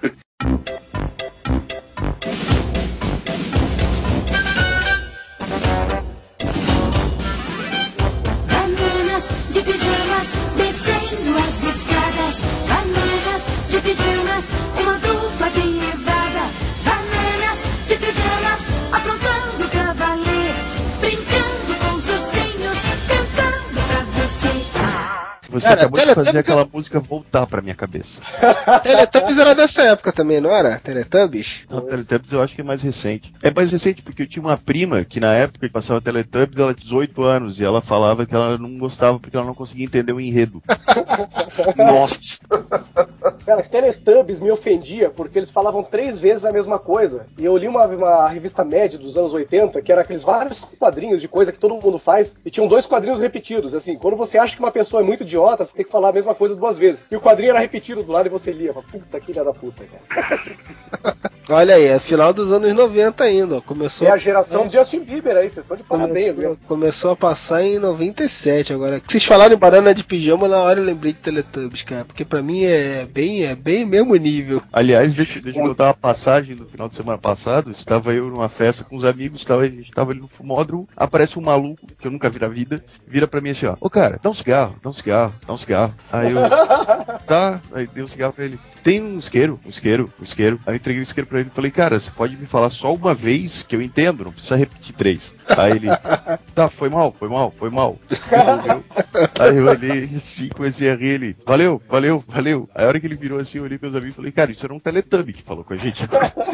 Bananas de pijamas, descendo as escadas. Bananas de pijamas, uma dupla bem levada. Bananas de pijamas, aprontando pra valer. Brincando com os ursinhos, cantando pra você. Você Cara, acabou de fazer Teletubbies aquela música voltar pra minha cabeça. Teletubbies era dessa época também, não era? Teletubbies? Não, Teletubbies eu acho que é mais recente. É mais recente porque eu tinha uma prima que na época que passava Teletubbies, ela tinha dezoito anos e ela falava que ela não gostava porque ela não conseguia entender o enredo. Nossa! Cara, Teletubbies me ofendia porque eles falavam três vezes a mesma coisa. E eu li uma, uma revista média dos anos oitenta, que era aqueles vários quadrinhos de coisa que todo mundo faz, e tinham dois quadrinhos repetidos. Assim, quando você acha que uma pessoa é muito idiota, você tem que falar a mesma coisa duas vezes. E o quadrinho era repetido do lado e você lia. Puta, que filha da puta, cara. Olha aí, é final dos anos noventa ainda, ó. Começou É a geração de Justin Bieber aí, vocês estão de parabéns, começou, viu? começou a passar em noventa e sete agora. Vocês falaram em Banana de Pijama, na hora eu lembrei de Teletubbies, cara, porque pra mim é bem, é bem mesmo nível. Aliás, deixa, deixa eu dar uma passagem no final de semana passado. Estava eu numa festa com os amigos, estava, a gente estava ali no fumódromo, aparece um maluco, que eu nunca vi na vida, vira pra mim assim, ó, ô cara, dá um cigarro, dá um cigarro, dá um cigarro. Aí eu, tá, aí dei um cigarro pra ele. Tem um isqueiro, um isqueiro, um isqueiro. Aí eu entreguei o isqueiro pra ele e falei, cara, você pode me falar só uma vez que eu entendo, não precisa repetir três. Aí ele, tá, foi mal, foi mal, foi mal. Aí eu olhei assim, comecei a rir, ele, valeu, valeu, valeu. Aí a hora que ele virou assim, eu olhei pros amigos e falei, cara, isso era um Teletubby que falou com a gente.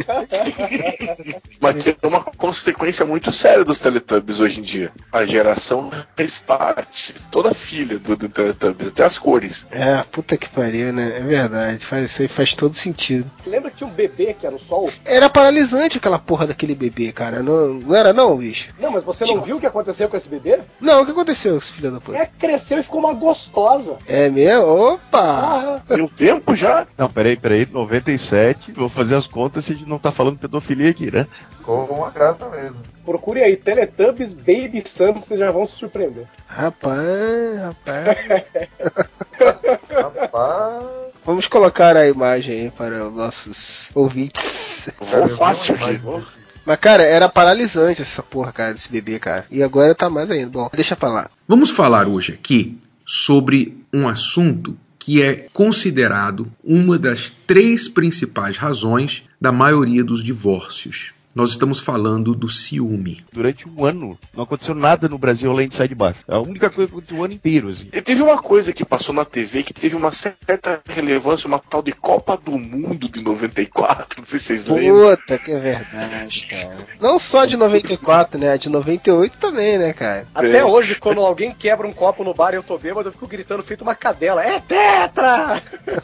Mas tem uma consequência muito séria dos Teletubbies hoje em dia. A geração Restart, toda filha do, do Teletubbies, até as cores. É, puta que pariu, né? É verdade, faz, isso aí faz todo sentido. Lembra que tinha um bebê que era o Sol? Era paralisante aquela porra daquele bebê, cara. Não, não era não, bicho? Não, mas você não viu o que aconteceu com esse bebê? Não, o que aconteceu com esse filho da puta? É, cresceu e ficou uma gostosa. É mesmo? Opa! Tem um tempo já? Não, peraí, peraí, noventa e sete, vou fazer as contas se a gente não tá falando pedofilia aqui, né? ficou uma gata mesmo. Procure aí, Teletubbies Baby Sun, vocês já vão se surpreender. Rapaz, rapaz. Rapaz. Vamos colocar a imagem aí para os nossos ouvintes. Vou fácil aqui. Mas, cara, era paralisante essa porra, cara, desse bebê, cara. E agora tá mais ainda. Bom, deixa pra lá. Vamos falar hoje aqui sobre um assunto que é considerado uma das três principais razões da maioria dos divórcios. Nós estamos falando do ciúme. Durante um ano, não aconteceu nada no Brasil além de sair de baixo. É a única coisa que aconteceu o ano inteiro, assim. E teve uma coisa que passou na T V que teve uma certa relevância, uma tal de Copa do Mundo de noventa e quatro, não sei se vocês lembram. Puta, que é verdade, cara. Não só de noventa e quatro, né? De noventa e oito também, né, cara? Até É. hoje, quando alguém quebra um copo no bar e eu tô bêbado, eu fico gritando feito uma cadela. É tetra!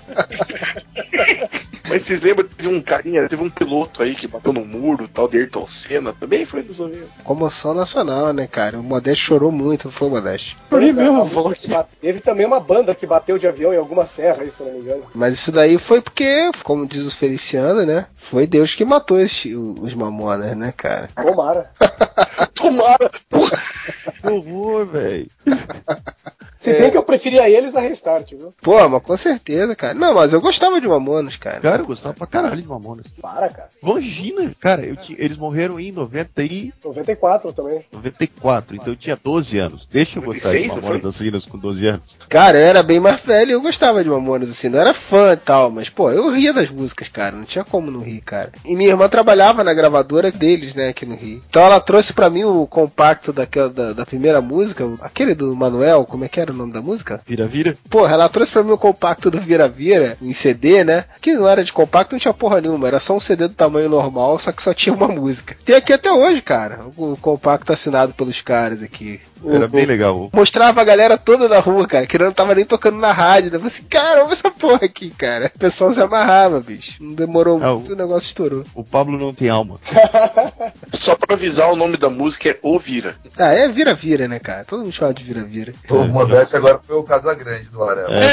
Mas vocês lembram, teve um carinha, teve um piloto aí que bateu no muro, tal de Ayrton Senna, também foi dos anos. Comoção nacional, né, cara? O Modeste chorou muito, não foi o Modeste? Chorei mesmo, falou que... Teve também uma banda que bateu de avião em alguma serra, aí, se eu não me engano. Mas isso daí foi porque, como diz o Feliciano, né? Foi Deus que matou esse, os Mamonas, né, cara? Tomara. Tomara! Que horror, velho. Se bem que eu preferia eles a Restart, viu? Pô, mas com certeza, cara. Não, mas eu gostava de Mamonas, cara. Cara, eu gostava pra caralho de Mamonas. Para, cara. Imagina, cara, eu tinha, eles morreram em noventa e... noventa e quatro também. noventa e quatro, então eu tinha doze anos. Deixa eu gostar de noventa e seis, Mamonas Assassinas com doze anos. Cara, eu era bem mais velho e eu gostava de Mamonas, assim. Não era fã e tal, mas, pô, eu ria das músicas, cara. Não tinha como não rir, cara. E minha irmã trabalhava na gravadora deles, né, aqui no Rio. Então ela trouxe pra mim o compacto daquela, da, da primeira música, aquele do Manuel, como é que era o nome da música? Vira-vira? Porra, ela trouxe pra mim o compacto do Vira-Vira, em C D, né? Que não era de compacto, não tinha porra nenhuma. Era só um C D do tamanho normal, só que só tinha uma música. Tem aqui até hoje, cara. O compacto assinado pelos caras aqui. Era o, bem legal. Mostrava a galera toda na rua, cara, que não tava nem tocando na rádio. Eu falei assim, cara, olha essa porra aqui, cara. O pessoal se amarrava, bicho. Não demorou Ah, muito, o... o negócio estourou. O Pablo não tem alma. Só pra avisar, o nome da música é O Vira. Ah, é Vira-Vira, né, cara? Todo mundo chama de Vira-Vira. O Modeste agora foi o Casagrande do Arela. É.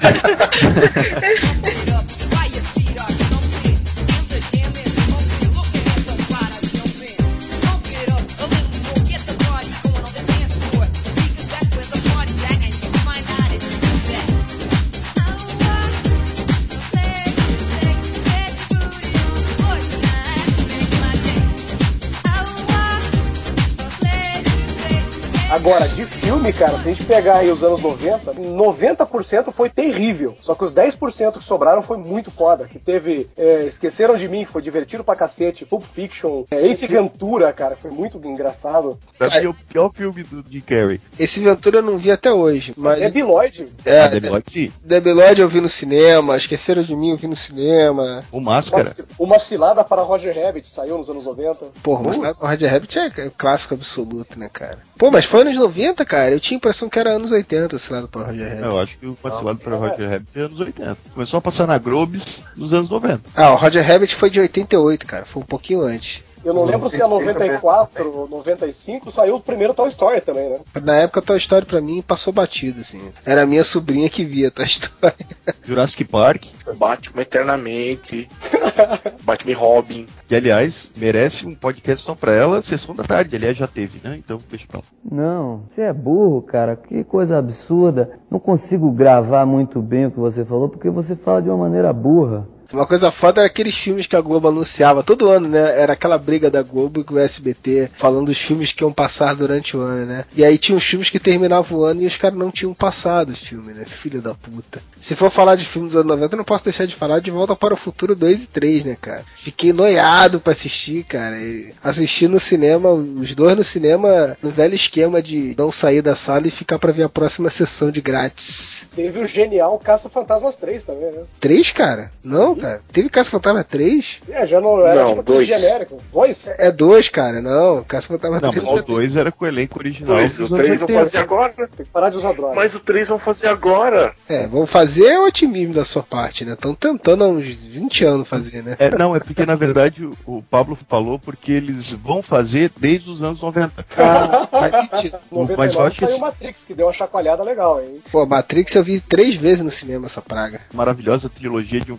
Agora, de filme, cara, se a gente pegar aí os anos noventa, noventa por cento foi terrível. Só que os dez por cento que sobraram foi muito foda. Que teve é, Esqueceram de Mim, foi divertido pra cacete. Pulp Fiction, é, Ace Ventura, cara, foi muito engraçado. Pra mim é o pior filme do Jim Carrey. Esse Ventura eu não vi até hoje. Mas... É Debiloid. É, Ah, Debiloid, sim. Debiloid eu vi no cinema, Esqueceram de Mim eu vi no cinema. O Máscara. Uma, uma cilada para Roger Rabbit saiu nos anos noventa. Porra, mas uh. o Roger Rabbit é clássico absoluto, né, cara? Pô, mas foi anos noventa, cara. Eu tinha a impressão que era anos oitenta, cilado para Roger Rabbit. Eu acho que o Cilado para Roger Rabbit é anos oitenta. Começou a passar na Grobes nos anos noventa. Ah, o Roger Rabbit foi de oitenta e oito, cara. Foi um pouquinho antes. Eu não lembro se a noventa e quatro ou noventa e cinco saiu o primeiro Toy Story também, né? Na época, Toy Story pra mim passou batido, assim. Era a minha sobrinha que via Toy Story. Jurassic Park. Batman Eternamente. Batman Robin. Que, aliás, merece um podcast só pra ela. Sessão da tarde, aliás, já teve, né? Então, deixa pra lá. Não, você é burro, cara. Que coisa absurda. Não consigo gravar muito bem o que você falou, porque você fala de uma maneira burra. Uma coisa foda era aqueles filmes que a Globo anunciava todo ano, né? Era aquela briga da Globo com o S B T, falando dos filmes que iam passar durante o ano, né? E aí tinha os filmes que terminavam o ano e os caras não tinham passado os filmes, né? Filha da puta. Se for falar de filmes dos anos noventa, eu não posso deixar de falar de Volta para o Futuro dois e três, né, cara? Fiquei noiado pra assistir, cara. E assisti no cinema, os dois no cinema, no velho esquema de não sair da sala e ficar pra ver a próxima sessão de grátis. Teve o genial Caça-Fantasmas três também, né? três, cara? Não, cara. Teve Caça-Fantasma três? É, já não era não, tipo dois. genérico. Dois? É dois, cara. Não, Caça-Fantasma Não, três. mas o dois era com o elenco original. Dois, o três vão fazer agora. Tem que parar de usar droga. Mas o três vão fazer agora. É, vão fazer é o otimismo da sua parte, né? Estão tentando há uns vinte anos fazer, né? É, não, é porque na verdade o, o Pablo falou porque eles vão fazer desde os anos noventa. Ah, faz sentido. Mas eu acho que saiu o Matrix, que deu uma chacoalhada legal, hein? Pô, Matrix eu vi três vezes no cinema, essa praga. maravilhosa trilogia de um filme só.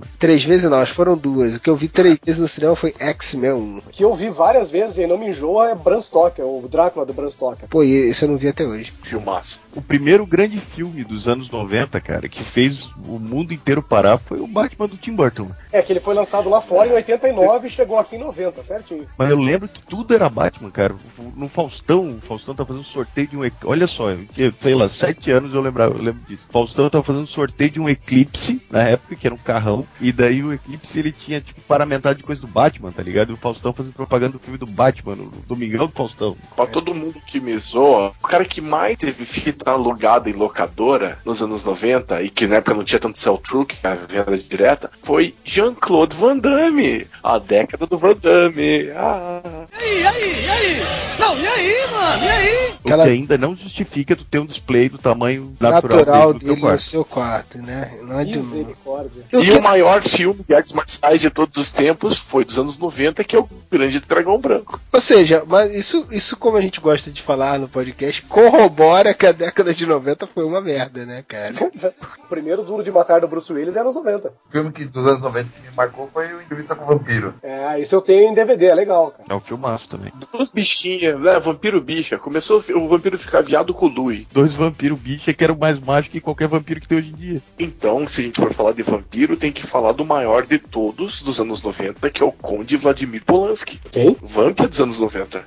cinema? Três vezes não, acho que foram duas. O que eu vi três vezes no cinema foi X-Men um. O que eu vi várias vezes e não me enjoa é Bram Stoker, o Drácula do Bram Stoker. Pô, e esse eu não vi até hoje. Filmaço. O primeiro grande filme dos anos noventa, cara, que fez o mundo inteiro parar foi o Batman do Tim Burton. É, que ele foi lançado lá fora em oitenta e nove e chegou aqui em noventa, certinho. Mas eu lembro que tudo era Batman, cara. No Faustão, o Faustão tá fazendo sorteio de um... Olha só, eu tinha, sei lá, sete anos eu, lembrava, eu lembro disso. O Faustão tava fazendo sorteio de um Eclipse, na época, que era um carrão, e daí o Eclipse, ele tinha, tipo, paramentado de coisa do Batman, tá ligado? E o Faustão fazendo propaganda do filme do Batman, no Domingão do Faustão. Pra todo mundo que me zoa, o cara que mais teve fita alugada em locadora nos anos noventa, e que na época não tinha tanto sell-through, que a venda direta, foi Jean-Claude Van Damme. A década do Van Damme. Ah. E aí, e aí, e aí? Não, e aí, mano? E aí? O que ainda não justifica tu ter um display do tamanho natural, natural dele, no, dele no seu quarto, né? Não é de Misericórdia. E o maior filme de artes marciais de todos os tempos foi dos anos noventa, que é o Grande Dragão Branco. Ou seja, mas isso, isso como a gente gosta de falar no podcast, corrobora que a década de noventa foi uma merda, né, cara? O primeiro Duro de Matar do Bruce Willis é anos noventa. O filme que, dos anos noventa que me marcou foi o Entrevista com o Vampiro. É, isso eu tenho em D V D, é legal, cara. É um filmaço também. Duas bichinhas, né? Vampiro bicha. Começou o vampiro ficar viado com o Louis. Dois vampiros bicha que eram mais machos que qualquer vampiro que tem hoje em dia. Então, se a gente for falar de vampiro, tem que falar do maior de todos dos anos noventa, que é o Conde Vladimir Polanski. Quem? Vampiro dos anos noventa.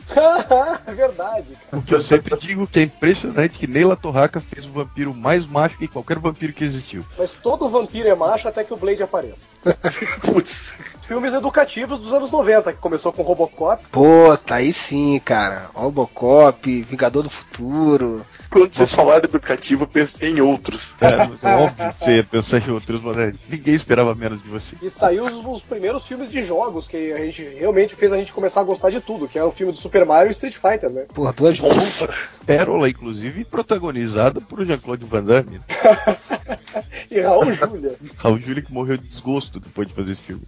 É verdade, cara. O que eu sempre digo que é impressionante que Neila Torraca fez o vampiro mais macho que qualquer vampiro que existiu. Mas todo vampiro é macho até que o Blade apareça. Putz. Filmes educativos dos anos noventa, que começou com Robocop. Pô, tá aí sim, cara. Robocop, Vingador do Futuro. Quando vocês falaram educativo, eu pensei em outros. É, é óbvio que você ia pensar em outros, mas ninguém esperava menos de você. E saiu os, os primeiros filmes de jogos, que a gente realmente fez a gente começar a gostar de tudo, que é o filme do Super Mario e Street Fighter, né? Porra, duas Nossa. Pérola, inclusive, protagonizada por Jean-Claude Van Damme. E Raul Júlia. Raul Júlia que morreu de desgosto depois de fazer esse filme.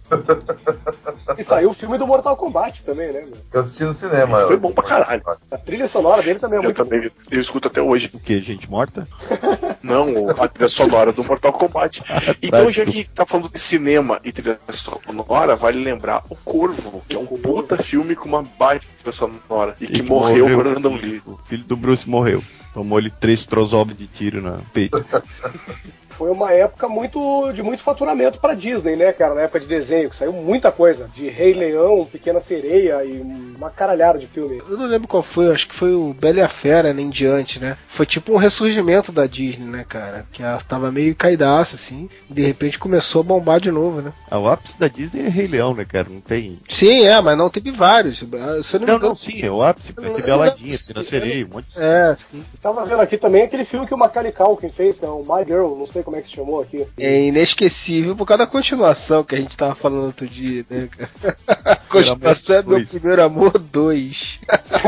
E saiu o filme do Mortal Kombat também, né? Meu? Eu assisti no cinema. Isso foi bom pra caralho. A trilha sonora dele também é Eu muito também, boa. eu escuto até hoje. O que? Gente morta? Não, a trilha sonora do Mortal Kombat. Então, já que tá falando de cinema e trilha sonora, vale lembrar O Corvo, que é um puta filme com uma baita trilha sonora e, e que, que morreu, morreu por Brandon Lee. O filho do Bruce morreu. Tomou-lhe três trozob de tiro na peito. Foi uma época muito de muito faturamento pra Disney, né, cara? Na época de desenho, que saiu muita coisa. De Rei Leão, Pequena Sereia e uma caralhada de filme. Eu não lembro qual foi, acho que foi o Bela e a Fera, nem diante, né? Foi tipo um ressurgimento da Disney, né, cara? Que ela tava meio caidaça, assim. E de repente começou a bombar de novo, né? Ah, o ápice da Disney é Rei Leão, né, cara? Não tem... Sim, é, mas não teve vários. Se eu não, não, não, sim, é o ápice. Vai ter Beladinha, Pequena Sereia, um monte de... É, sim. Tava vendo aqui também aquele filme que o Macaulay Culkin fez, que é o My Girl, não sei como é que se chamou aqui. É inesquecível por causa da continuação que a gente tava falando outro dia, né? A continuação é Meu Primeiro Amor dois.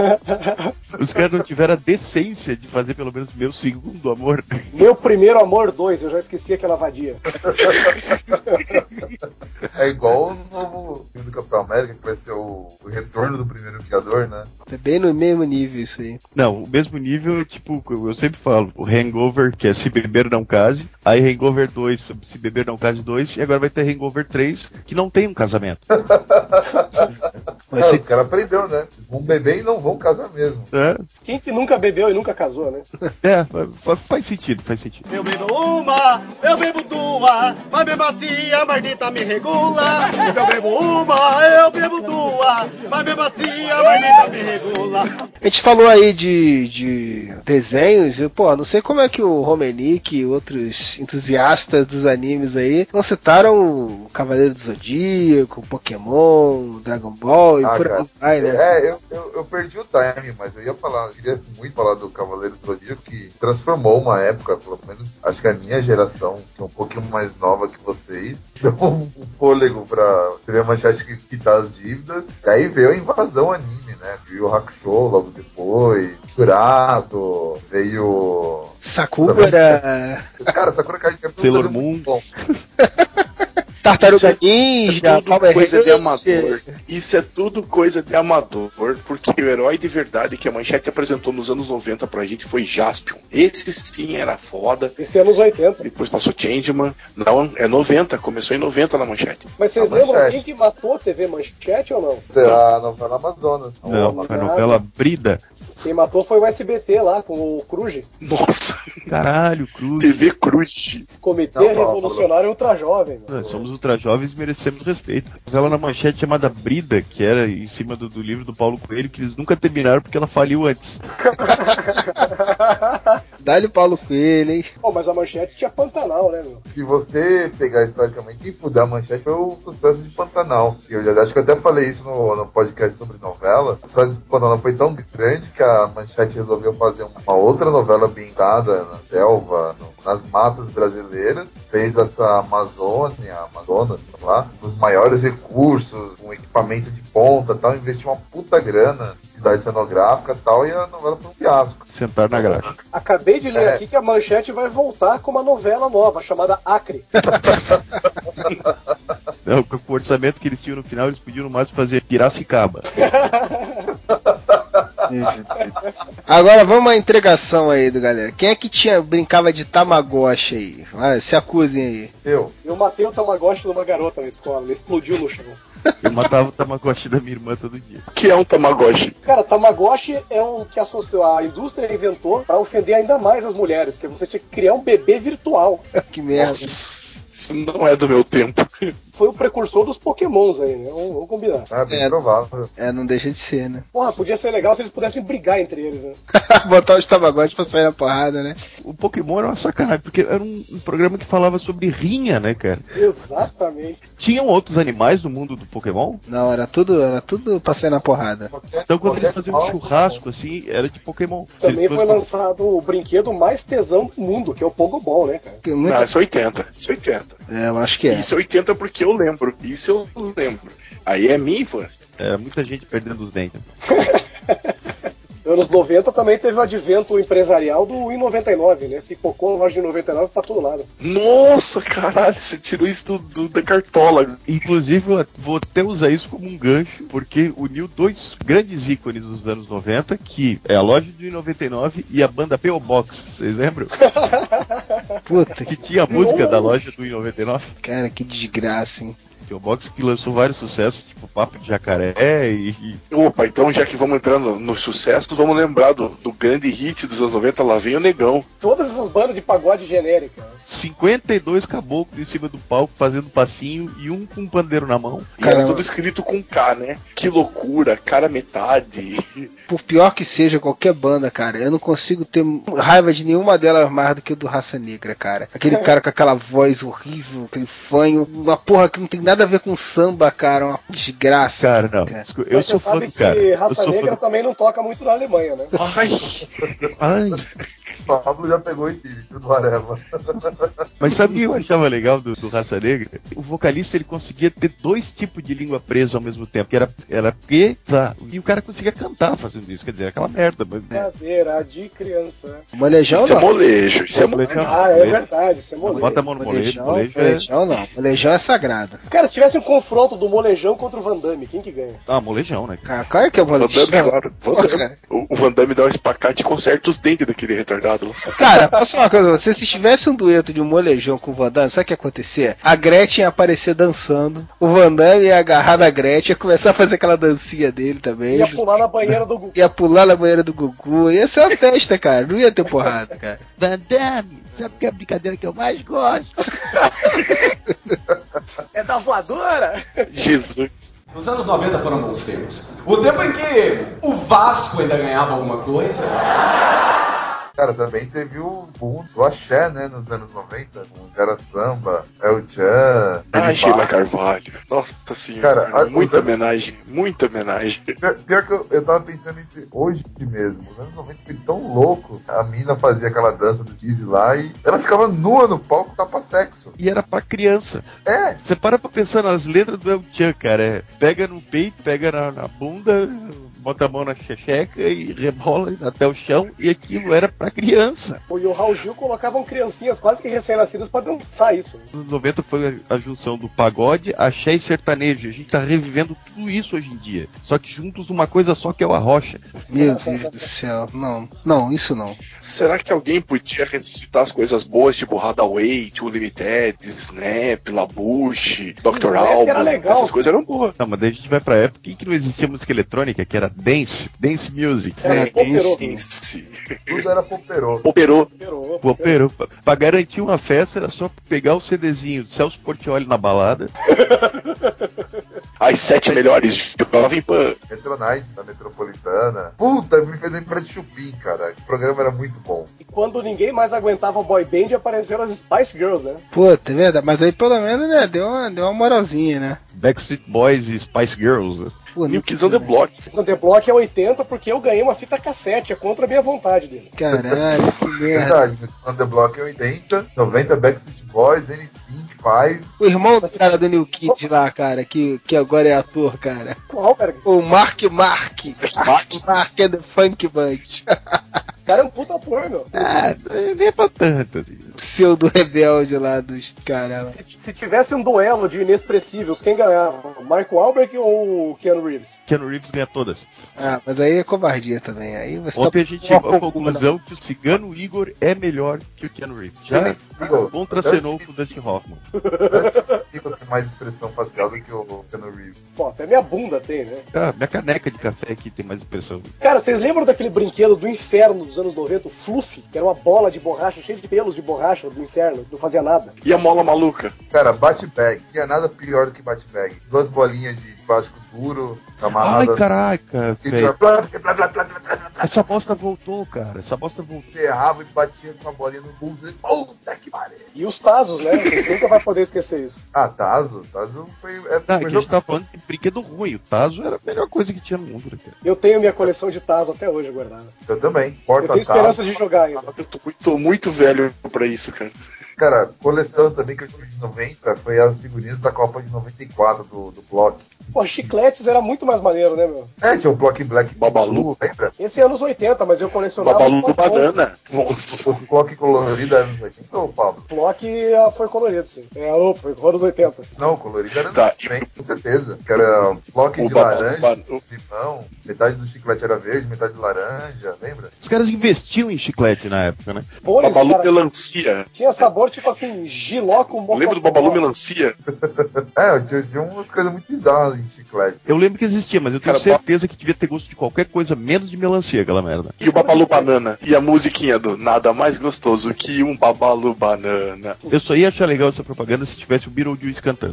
Os caras não tiveram a decência de fazer pelo menos Meu Segundo Amor. Meu Primeiro Amor dois, eu já esqueci aquela vadia. É igual o novo filme do Capitão América, que vai ser o, o retorno do primeiro Vingador, né? É bem no mesmo nível isso aí. Não, o mesmo nível é tipo, eu sempre falo, o Hangover, que é Se Beber Não Case, aí Hangover dois, Se Beber Não Case dois, e agora vai ter Hangover três, que não tem um casamento. Mas é, ser... Os caras aprenderam, né? Vão beber e não vão casar mesmo. É. Quem que nunca bebeu e nunca casou, né? É, faz sentido, faz sentido. Eu bebo uma, eu bebo duas, mas mesmo assim a mardita me regula. Eu bebo uma, eu bebo duas, mas mesmo assim a mardita me regula. A gente falou aí de, de desenhos, e, pô, não sei como é que o Romenick e outros entusiastas dos animes aí não citaram o Cavaleiro do Zodíaco, Pokémon, Dragon Ball e ah, por cara. aí vai, né? É, eu, eu, eu perdi o time, mas eu ia falar, eu queria muito falar do Cavaleiro do Zodíaco, que transformou uma época, pelo menos acho que a minha geração, que é um pouquinho mais nova que vocês, deu um, um fôlego pra ter a manchete que quitar as dívidas. E aí veio a invasão anime, né? Veio o Hakusho logo depois, Churato, veio... Sakura... Cara, Sakura Card Captor Sailor é muito Moon. bom. Tartaruga Ninja, é coisa de amador. Isso é tudo coisa de amador, porque o herói de verdade que a Manchete apresentou nos anos noventa pra gente foi Jaspion. Esse sim era foda. Esse é anos oitenta. Depois passou Changeman. Não, é noventa, começou em noventa na Manchete. Mas vocês A lembram Manchete. quem que matou a T V Manchete ou não? A novela Amazonas. Não, foi a novela Brida. Quem matou foi o S B T lá, com o Cruz. Nossa. Caralho, Cruz. T V Cruz. Comitê Não, Paulo. Revolucionário Ultra Jovem. Nós somos ultra jovens e merecemos respeito. Novela na Manchete chamada Brida, que era em cima do, do livro do Paulo Coelho, que eles nunca terminaram porque ela faliu antes. Dá-lhe Paulo Coelho, hein? Pô, mas a Manchete tinha Pantanal, né, meu? Se você pegar historicamente, quem fuder a Manchete foi o sucesso de Pantanal. E eu já acho que eu até falei isso no, no podcast sobre novela. O sucesso de Pantanal foi tão grande que a Manchete resolveu fazer uma outra novela ambientada na selva, no, nas matas brasileiras. Fez essa Amazônia, Amazonas, sei lá, os maiores recursos, um equipamento de ponta tal, investiu uma puta grana em cidade cenográfica e tal, e a novela foi um fiasco. Sentar na graxa. Acabei de ler É. aqui que a Manchete vai voltar com uma novela nova, chamada Acre. Não, com o orçamento que eles tinham no final, eles podiam no máximo fazer Piracicaba. Agora vamos à entregação aí do galera. Quem é que tinha, brincava de Tamagotchi aí? Vai, se acusem aí. Eu. Eu matei o Tamagotchi de uma garota na escola, ele explodiu no chão. Eu matava o Tamagotchi da minha irmã todo dia. O que é um Tamagotchi? Cara, Tamagotchi é um que associou, a indústria inventou pra ofender ainda mais as mulheres, que você tinha que criar um bebê virtual. Que merda. Nossa, isso não é do meu tempo. Foi o precursor dos Pokémons aí, né? Vamos, vamos combinar. É bem É. provável. É, não deixa de ser, né? Porra, podia ser legal se eles pudessem brigar entre eles, né? Botar os Tamagotchi pra sair na porrada, né? O Pokémon era uma sacanagem, porque era um, um programa que falava sobre rinha, né, cara? Exatamente. Tinham outros animais no mundo do Pokémon? Não, era tudo, era tudo pra sair na porrada. Qualquer- Então quando eles qualquer faziam um animal- churrasco, assim, era de Pokémon. Se Também eles foi fossem- lançado o brinquedo mais tesão do mundo, que é o Pogobol, né, cara? Porque muita- Não, isso é oitenta. Isso é oitenta. É, eu acho que é. Isso é oitenta porque eu lembro. Isso eu lembro. Aí é minha infância. Era muita gente perdendo os dentes. Anos noventa também teve o advento empresarial do I noventa e nove, né? Pipocou loja de noventa e nove pra todo lado. Nossa, caralho, você tirou isso do, do- da cartola. Inclusive, eu vou até usar isso como um gancho, porque uniu dois grandes ícones dos anos noventa, que é a loja do I noventa e nove e a banda P O Box. Vocês lembram? Puta Que tinha a música da loja do I noventa e nove. cara, que desgraça, hein? P O Box que lançou vários sucessos, tipo Papo de Jacaré e... e- Opa, então já que vamos entrando no, no sucesso, vamos lembrar do, do grande hit dos anos noventa, Lá Vem o Negão. Todas essas bandas de pagode genérica. cinquenta e dois caboclos em cima do palco fazendo passinho e um com um pandeiro na mão. E era Caramba. tudo escrito com K, né? Que loucura, cara metade. Por pior que seja qualquer banda, cara, eu não consigo ter raiva de nenhuma delas mais do que do Raça Negra, cara. Aquele cara com aquela voz horrível, aquele fanho, uma porra que não tem nada a ver com samba, cara, uma desgraça. Cara, não. Cara. Eu Mas sou você fã sabe do cara. que Eu Raça sou fã Negra do... também não toca muito na Alemanha, né? Ai, Ai, O Pablo já pegou o espírito do Areva. mas sabe o que eu achava legal do, do Raça Negra? O vocalista ele conseguia ter dois tipos de língua presa ao mesmo tempo, que era, era P, tá, e o cara conseguia cantar fazendo isso, quer dizer, aquela merda. Mas, Brincadeira de criança. Molejão isso é não. molejo, isso é molejo. Molejão. Ah, é verdade, isso é molejo. Bota a mão no molejo, Molejão, molejo é... molejão não. Molejão é sagrado. Cara, se tivesse um confronto do Molejão contra o Van Damme, quem que ganha? Ah, molejão, né? Cara, claro que é Van molejão. Damme, claro. Van Porra. Damme. O, o Van Damme dá um espacate e conserta os dentes daquele retardado lá. Cara, posso falar uma coisa? Você, se tivesse um dueto de um molejão com o Van Damme, sabe o que ia acontecer? A Gretchen ia aparecer dançando, o Van Damme ia agarrar na Gretchen, ia começar a fazer aquela dancinha dele também. Ia pular na banheira do Gugu. Ia pular na banheira do Gugu. Ia ser uma festa, cara. Não ia ter porrada, cara. Van Damme, sabe que é a brincadeira que eu mais gosto? É da voadora? Jesus. Os anos noventa foram bons tempos. O tempo em que o Vasco ainda ganhava alguma coisa. Cara, também teve o boom do axé, né, nos anos noventa, com Gara Samba, El Chan, Ai, Ele Sheila Bate. Carvalho. Nossa senhora, Cara, a- muita os anos- homenagem, muita homenagem. Pior, pior que eu, eu tava pensando nisso hoje mesmo. Nos anos noventa foi tão louco. A mina fazia aquela dança do Dizzy lá e ela ficava nua no palco, tapa sexo. E era pra criança. É, Você para pra pensar nas letras do El Chan, cara. É, pega no peito, pega na, na bunda, bota a mão na checheca e rebola até o chão, e aquilo era pra criança. E o Raul Gil colocavam criancinhas quase que recém-nascidas pra dançar isso. Nos anos noventa foi a, a junção do pagode, axé e sertanejo. A gente tá revivendo tudo isso hoje em dia. Só que juntos numa coisa só, que é o arrocha. Meu Deus do céu, não, não, isso não. Será que alguém podia ressuscitar as coisas boas, tipo Hadaway, Too Limited, Snap, Labuche, doutor Alban? Essas coisas eram boas. Não, mas daí a gente vai pra época em que não existia música eletrônica, que era dance, dance music. Era dance. Tudo era poperô. Poperô. Poperô. Pra, pra garantir uma festa era só pegar o CDzinho de Celso Portiolli na balada. As sete melhores de Jovem Pan. Metronite da Metropolitana. Puta, me fez lembrar de Chupim, cara. O programa era muito bom. E quando ninguém mais aguentava o boy band, apareceram as Spice Girls, né? Puta, é verdade. Mas aí pelo menos, né, deu uma, deu uma moralzinha, né? Backstreet Boys e Spice Girls. Pô, New Kids on the Block. Kids on the Block é oitenta porque eu ganhei uma fita cassete, é contra a minha vontade dele. Caralho, que merda. Verdade, on the Block é oitenta, noventa Backstreet Boys, N cinco, Five. O irmão do cara do New Kids lá, cara, que, que agora é ator, cara. Qual, cara? O Mark Mark. Mark Mark é do Funk Bunch. O cara é um puta ator, meu. Ah, nem é pra tanto. Pseudo rebelde lá dos caras. Se, se tivesse um duelo de inexpressíveis, quem ganhava? O Mark Wahlberg ou o Keanu Reeves? Keanu Reeves ganha todas. Ah, mas aí é covardia também. Aí você Ontem tá... a gente chegou à conclusão que o Cigano Igor é melhor que o Keanu Reeves. Já contracenou com o Dustin Hoffman. Sigel tem mais expressão facial do que o Keanu Reeves. Pô, até minha bunda tem, né? Ah, minha caneca de café aqui tem mais expressão. Cara, vocês lembram daquele brinquedo do inferno dos anos noventa, o Fluffy? Que era uma bola de borracha, cheia de pelos de borracha do inferno, não fazia nada. E a mola maluca? Cara, bate-bag. Tinha nada pior do que bate-bag. Duas bolinhas de plástico duro, amarradas. Ai, caraca, velho. Essa bosta voltou, cara. Essa bosta voltou. Você errava e batia com a bolinha no pulso. Puta que pariu. E os Tazos, né? Você nunca vai poder esquecer isso. Ah, Tazo? Tazo foi... É, Tá, foi aqui a gente tá falando de brinquedo ruim. O Tazo era a melhor coisa que tinha no mundo, né, cara? Eu tenho minha coleção de Tazo até hoje guardada. Eu também. Porta Eu tenho esperança de jogar ainda. Eu tô muito, tô muito velho pra isso, cara. Cara, coleção também que eu tive de noventa foi as figurinhas da Copa de noventa e quatro do, do Block. Pô, Chicletes era muito mais maneiro, né, meu? É, tinha o Block Black Babalu, lembra? Esse é anos oitenta, mas eu colecionava... Babalu do Banana. Nossa. O Block colorido era anos oitenta ou, Pablo? Block uh, foi colorido, sim. É, opa, foi anos oitenta. Não, colorido era tá, anos oitenta, com certeza. Que era Block de Babalu, laranja, Babalu. limão, metade do chiclete era verde, metade laranja, lembra? Os caras investiam em chiclete na época, né? Bones, Babalu cara, Melancia. Tinha sabor tipo assim, giló com mocotó. Lembra do Babalu Melancia? É, eu tinha, tinha umas coisas muito bizarras em chiclete. Eu lembro que existia, mas eu tenho Cara, certeza que devia ter gosto de qualquer coisa menos de melancia, aquela merda. E o Babalu Banana. E a musiquinha do Nada Mais Gostoso que um Babalu Banana. Eu só ia achar legal essa propaganda se tivesse o Beetlejuice cantando.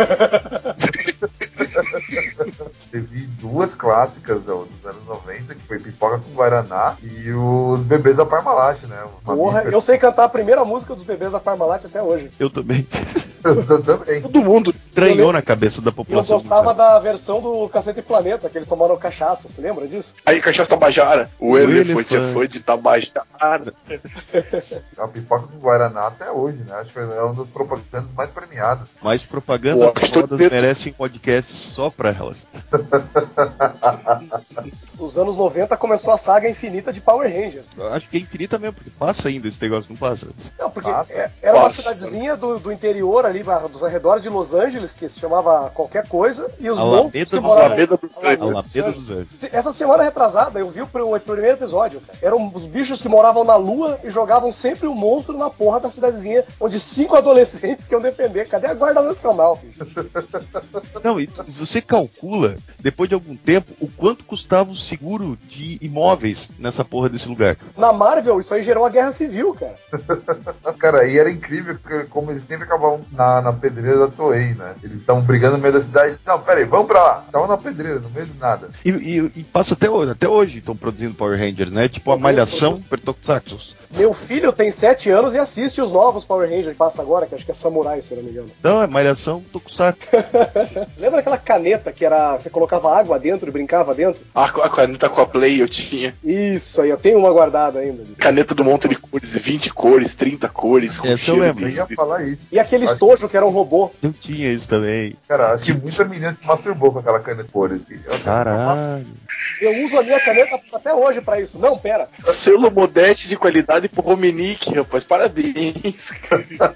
Teve duas clássicas do, dos anos noventa, que foi Pipoca com Guaraná e os Bebês da Parmalat, né? Uma Porra, bíper... eu sei cantar a primeira música dos Bebês da Parmalat até hoje. Eu também. Eu também. Todo mundo Estranhou na cabeça da Eu população. gostava da versão do Cacete Planeta, que eles tomaram cachaça, você lembra disso? Aí, Cachaça Tabajara. O, o elefante é fã de Tabajara. A Pipoca com Guaraná até hoje, né? Acho que é uma das propagandas mais premiadas. Mais propaganda Pô, fodas merecem podcasts só pra elas. Os anos noventa começou a saga infinita de Power Rangers. Eu acho que é infinita mesmo, porque passa ainda esse negócio, não passa? Não, porque Passa. é- era uma Passa. cidadezinha do, do interior ali, dos arredores de Los Angeles, que se chamava qualquer coisa, e os Alameda monstros que dos moravam... Alameda do Alameda Alameda dos Anjos. Essa semana retrasada, eu vi o, pr- o primeiro episódio. Cara. Eram os bichos que moravam na lua e jogavam sempre um monstro na porra da cidadezinha, onde cinco adolescentes que iam defender. Cadê a guarda nacional, bicho? Não, e você calcula, depois de algum tempo, o quanto custava o seguro de imóveis nessa porra desse lugar. Na Marvel, isso aí gerou uma guerra civil, cara. Cara, e era incrível que, como eles sempre acabavam na, na pedreira da Toei, né? Eles estavam brigando no meio da cidade. Não, peraí, vamos pra lá. Estavam na pedreira, no meio de nada. E, e- e passa até hoje, até hoje estão produzindo Power Rangers, né? Tipo a Malhação per Tokusatsu. Meu filho tem sete anos e assiste os novos Power Rangers que passa agora, que acho que é Samurai, se eu não me engano. Não, é Malhação Tokusatsu. Lembra aquela caneta que era. Você colocava água dentro e brincava dentro? Ah, a caneta com a Play eu tinha. Isso aí, eu tenho uma guardada ainda. Caneta do monte de cores, vinte cores, trinta cores. Com Essa eu lembro. Eu ia falar isso. E aquele estojo que era um robô. Eu tinha isso também. Cara, acho que muita menina se masturbou com aquela caneta de cores. Caralho. Eu uso a minha caneta até hoje pra isso. Não, pera. Selo Modeste de qualidade pro Romenick, rapaz. Parabéns, cara.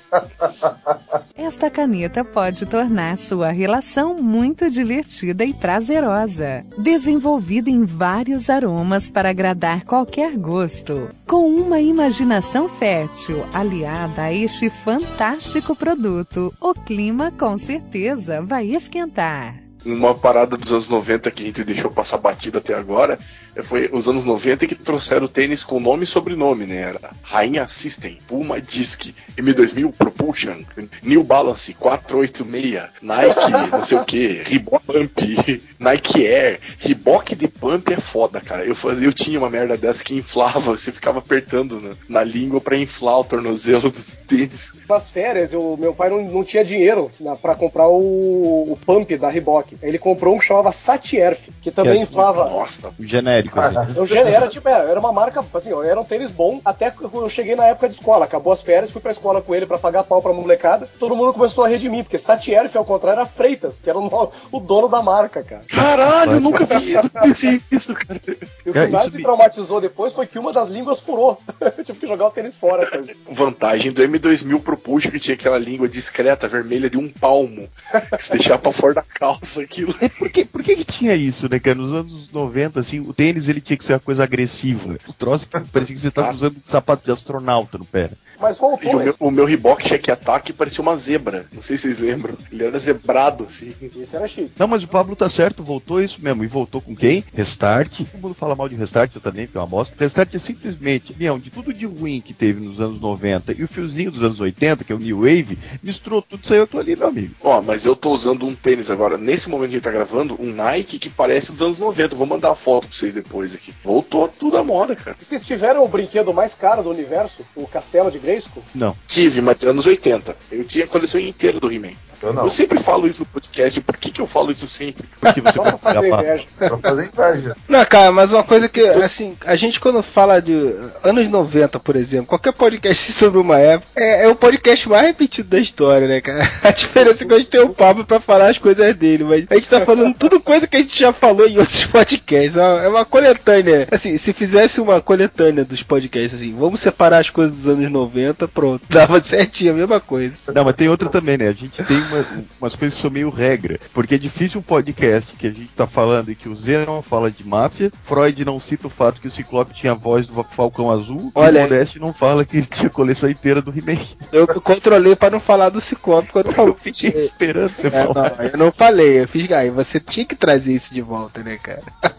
Esta caneta pode tornar sua relação muito divertida e prazerosa. Desenvolvida em vários aromas para agradar qualquer gosto. Com uma imaginação fértil aliada a este fantástico produto, o clima com certeza vai esquentar. Uma parada dos anos noventa que a gente deixou passar batida até agora, foi os anos noventa que trouxeram o tênis com nome e sobrenome, né? Era Rainha System, Puma Disc, M dois mil Propulsion, New Balance quatrocentos e oitenta e seis, Nike, não sei o que, Reebok Pump, Nike Air. Reebok de Pump é foda, cara. Eu, fazia, eu tinha uma merda dessa que inflava, você ficava apertando na, na língua pra inflar o tornozelo dos tênis. Nas férias, eu, meu pai não, não tinha dinheiro na, pra comprar o, o Pump da Reebok. Ele comprou um que chamava Satierf, que também é, inflava. Nossa, genérico. Assim. O genérico era tipo, era, era uma marca, assim, era um tênis bom, até que eu cheguei na época de escola. Acabou as férias, fui pra escola com ele pra pagar pau pra molecada. Todo mundo começou a rir de mim, porque Satierf, ao contrário, era Freitas, que era o, o dono da marca, cara. Caralho, eu nunca vi isso, isso, cara. E o que mais me traumatizou depois foi que uma das línguas furou. Eu tive que jogar o tênis fora. Cara. Vantagem do M dois mil Propulsion, que tinha aquela língua discreta, vermelha de um palmo, que se deixava pra fora da calça. Aquilo. É porque, por que que tinha isso, né, cara? Nos anos noventa, assim, o tênis ele tinha que ser uma coisa agressiva. O troço que parecia que você estava usando um sapato de astronauta no pé. Mas voltou. E o meu, o meu Reebok Check Attack parecia uma zebra. Não sei se vocês lembram. Ele era zebrado, assim. Esse era chique. Não, mas o Pablo tá certo, voltou isso mesmo. E voltou com quem? Restart. Todo mundo fala mal de Restart, eu também, que é uma bosta. Restart é simplesmente, Leão, de tudo de ruim que teve nos anos noventa e o fiozinho dos anos oitenta, que é o New Wave, misturou tudo e saiu aquilo ali, meu amigo. Ó, mas eu tô usando um tênis agora, nesse momento que a gente tá gravando, um Nike que parece dos anos noventa. Vou mandar a foto pra vocês depois aqui. Voltou tudo à moda, cara. E vocês tiveram o brinquedo mais caro do universo? O Castelo de Grayskull? Não. Tive, mas anos oitenta. Eu tinha a coleção inteira do He-Man. Eu, eu sempre falo isso no podcast. Por que que eu falo isso sempre? Porque você vai fazer inveja. Pra fazer inveja. Não, cara, mas uma coisa que, assim, a gente quando fala de anos noventa, por exemplo, qualquer podcast sobre uma época, é, é o podcast mais repetido da história, né, cara? A diferença é que a gente tem o Pablo pra falar as coisas dele, mas a gente tá falando tudo coisa que a gente já falou em outros podcasts. É uma coletânea. Assim, se fizesse uma coletânea dos podcasts, assim, vamos separar as coisas dos anos noventa, pronto. Dava certinho, a mesma coisa. Não, mas tem outra também, né? A gente tem uma, umas coisas que são meio regra. Porque é difícil um podcast que a gente tá falando e que o Zé não fala de máfia, Freud não cita o fato que o Ciclope tinha a voz do Falcão Azul, olha, e o Modeste não fala que ele tinha a coleção inteira do He-Man. Eu controlei pra não falar do Ciclope quando falou. Eu fiquei esperando você é, falar. Não, eu não falei, eu fiz aí. Você tinha que trazer isso de volta, né, cara?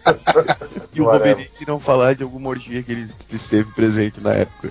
E o Wolverine não falar de alguma orgia que ele esteve presente na época.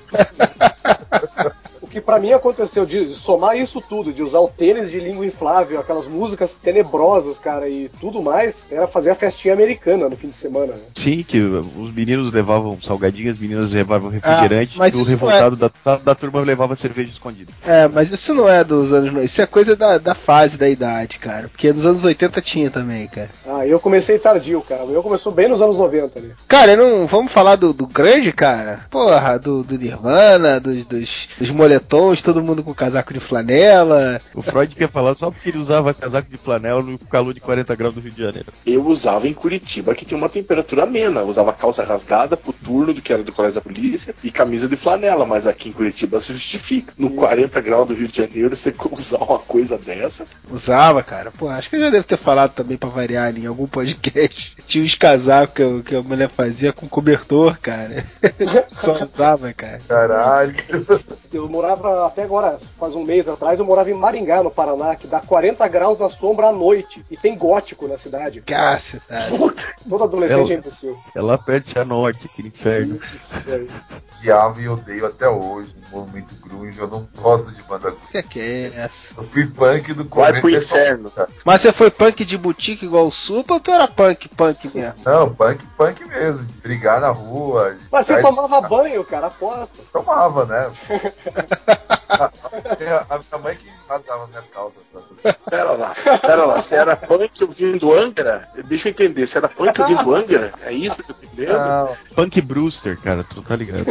O que pra mim aconteceu de somar isso tudo, de usar o tênis de língua inflável, aquelas músicas tenebrosas, cara, e tudo mais, era fazer a festinha americana no fim de semana, né? Sim, que os meninos levavam salgadinho, as meninas levavam refrigerante, ah, mas e o isso revoltado é... da, da turma levava cerveja escondida. É, mas isso não é dos anos... Isso é coisa da, da fase, da idade, cara. Porque nos anos oitenta tinha também, cara. Ah, eu comecei tardio, cara. Eu começou bem nos anos noventa, né? Cara, eu não... vamos falar do, do grande, cara? Porra, do, do Nirvana, dos, dos, dos moletons, todo mundo com casaco de flanela. O Freud quer falar só porque ele usava casaco de flanela no calor de quarenta graus do Rio de Janeiro. Eu usava em Curitiba, que tem uma temperatura amena. Eu usava calça rasgada pro turno do que era do colégio da polícia e camisa de flanela, mas aqui em Curitiba se justifica. No quarenta graus do Rio de Janeiro, você usar uma coisa dessa. Usava, cara. Pô, acho que eu já devo ter falado também pra variar em algum podcast. Tinha uns casacos que, eu, que a mulher fazia com cobertor, cara. Só usava, cara. Caralho. Eu morava até agora, faz um mês atrás, eu morava em Maringá, no Paraná, que dá quarenta graus na sombra à noite. E tem gótico na cidade. Cacetado. Todo adolescente é impossível. É lá perto de Cianorte, aquele inferno. Isso aí. Diabo e odeio até hoje. No movimento grunge, eu não gosto de banda grunge. Que que é essa? Eu fui punk do começo. Vai pro inferno, cara. Mas você foi punk de boutique igual o Supla dupla ou tu era punk, punk mesmo? Não, punk, punk mesmo. De brigar na rua. Mas você de... tomava banho, cara, aposto. Tomava, né? a, a minha mãe que rasgava minhas calças. Pera lá, pera lá. Se era punk ouvindo Angra, deixa eu entender. Se era punk ouvindo Angra, é isso que eu tô entendendo? Não. Punk Brewster, cara, tu não tá ligado.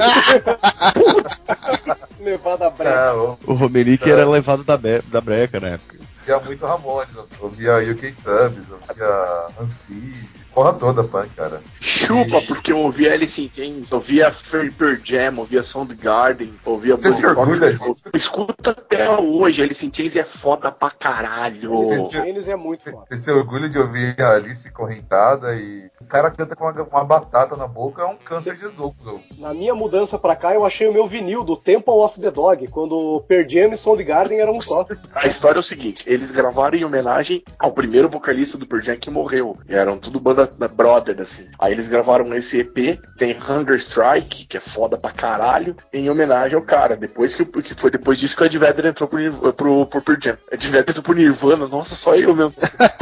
Levado a breca. o o Romerick era levado da, be- da breca na época. Eu via muito Ramones, eu ouvia U K Subs, eu ouvia Hansi, porra toda punk, cara. Chupa, porque eu ouvia Alice in Chains, ouvia Pearl Jam, ouvia Soundgarden, ouvia Você se orgulha disso? Escuta até hoje, Alice in Chains é foda pra caralho. Alice in Chains é muito foda. Você se orgulha de ouvir a Alice correntada e o cara canta com uma, uma batata na boca, é um câncer de esôfago. Na minha mudança pra cá, eu achei o meu vinil do Temple of the Dog, quando Pearl Jam e Soundgarden eram um só. A história é o seguinte, eles gravaram em homenagem ao primeiro vocalista do Pearl Jam que morreu. E eram tudo banda brother, assim. Aí eles gravaram esse E P, tem Hunger Strike, que é foda pra caralho, em homenagem ao cara. Depois que, que foi depois disso que o Ed Vedder entrou pro, pro, pro Pearl Jam. Ed Vedder entrou pro Nirvana, nossa, só eu mesmo.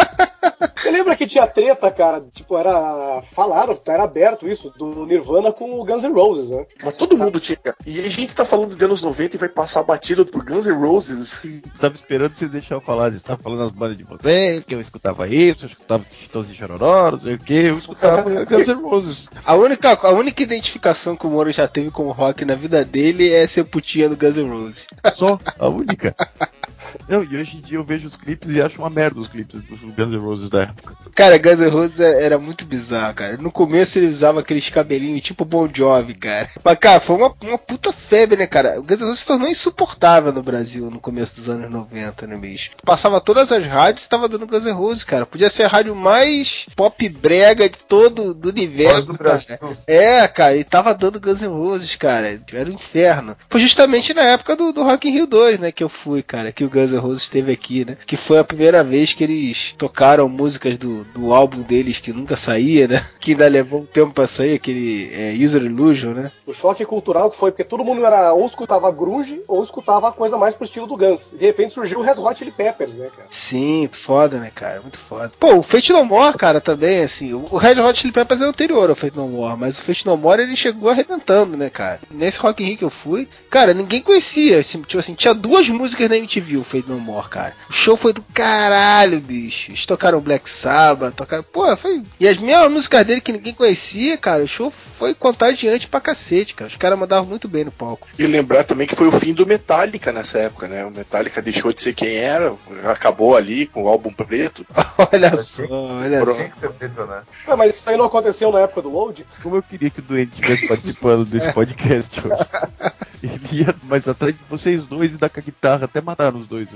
Você lembra que tinha treta, cara? Tipo, era. Falaram, era aberto isso, do Nirvana com o Guns N' Roses, né? Mas todo mundo tinha. E a gente tá falando de anos noventa e vai passar batido por Guns N' Roses, assim. Tava esperando vocês deixar eu falar. Vocês estavam falando as bandas de vocês, que eu escutava isso, eu escutava Chitões e Chororó, não sei o que, eu escutava Guns N' Roses. A única, a única identificação que o Moro já teve com o rock na vida dele é ser putinha do Guns N' Roses. Só, a única. Não, e hoje em dia eu vejo os clipes e acho uma merda os clipes dos Guns N' Roses da época. Cara, Guns N' Roses era muito bizarro, cara. No começo ele usava aqueles cabelinhos tipo Bon Jovi, cara. Mas, cara, foi uma, uma puta febre, né, cara? O Guns N' Roses se tornou insuportável no Brasil no começo dos anos noventa, né, bicho? Passava todas as rádios e tava dando Guns N' Roses, cara. Podia ser a rádio mais pop brega de todo do universo, cara. É, cara, e tava dando Guns N' Roses, cara. Era um inferno. Foi justamente na época do, do Rock in Rio dois, né, que eu fui, cara, que o Guns N' Roses esteve aqui, né? Que foi a primeira vez que eles tocaram músicas do, do álbum deles que nunca saía, né? Que ainda levou um tempo pra sair, aquele é, User Illusion, né? O choque cultural que foi, porque todo mundo era ou escutava grunge ou escutava a coisa mais pro estilo do Guns. E de repente surgiu o Red Hot Chili Peppers, né, cara? Sim, foda, né, cara? Muito foda. Pô, o Fate No More, cara, também, assim, o Red Hot Chili Peppers é anterior ao Fate No More, mas o Fate No More ele chegou arrebentando, né, cara? Nesse Rock in Rio que eu fui, cara, ninguém conhecia, assim, tipo assim, tinha duas músicas na M T V, o Fate No More, cara. O show foi do caralho, bicho. Eles tocaram Black Sabbath, tocaram... Pô, foi... E as mesmas músicas dele que ninguém conhecia, cara, o show foi contagiante pra cacete, cara. Os caras mandavam muito bem no palco. E lembrar também que foi o fim do Metallica nessa época, né? O Metallica deixou de ser quem era, acabou ali com o álbum preto. Olha só, olha só. Tem que ser preto, né? Ah, mas isso aí não aconteceu na época do Load? Como eu queria que o Duende estivesse participando desse podcast hoje. Ele ia mais atrás de vocês dois e dar com a guitarra até matar os dois.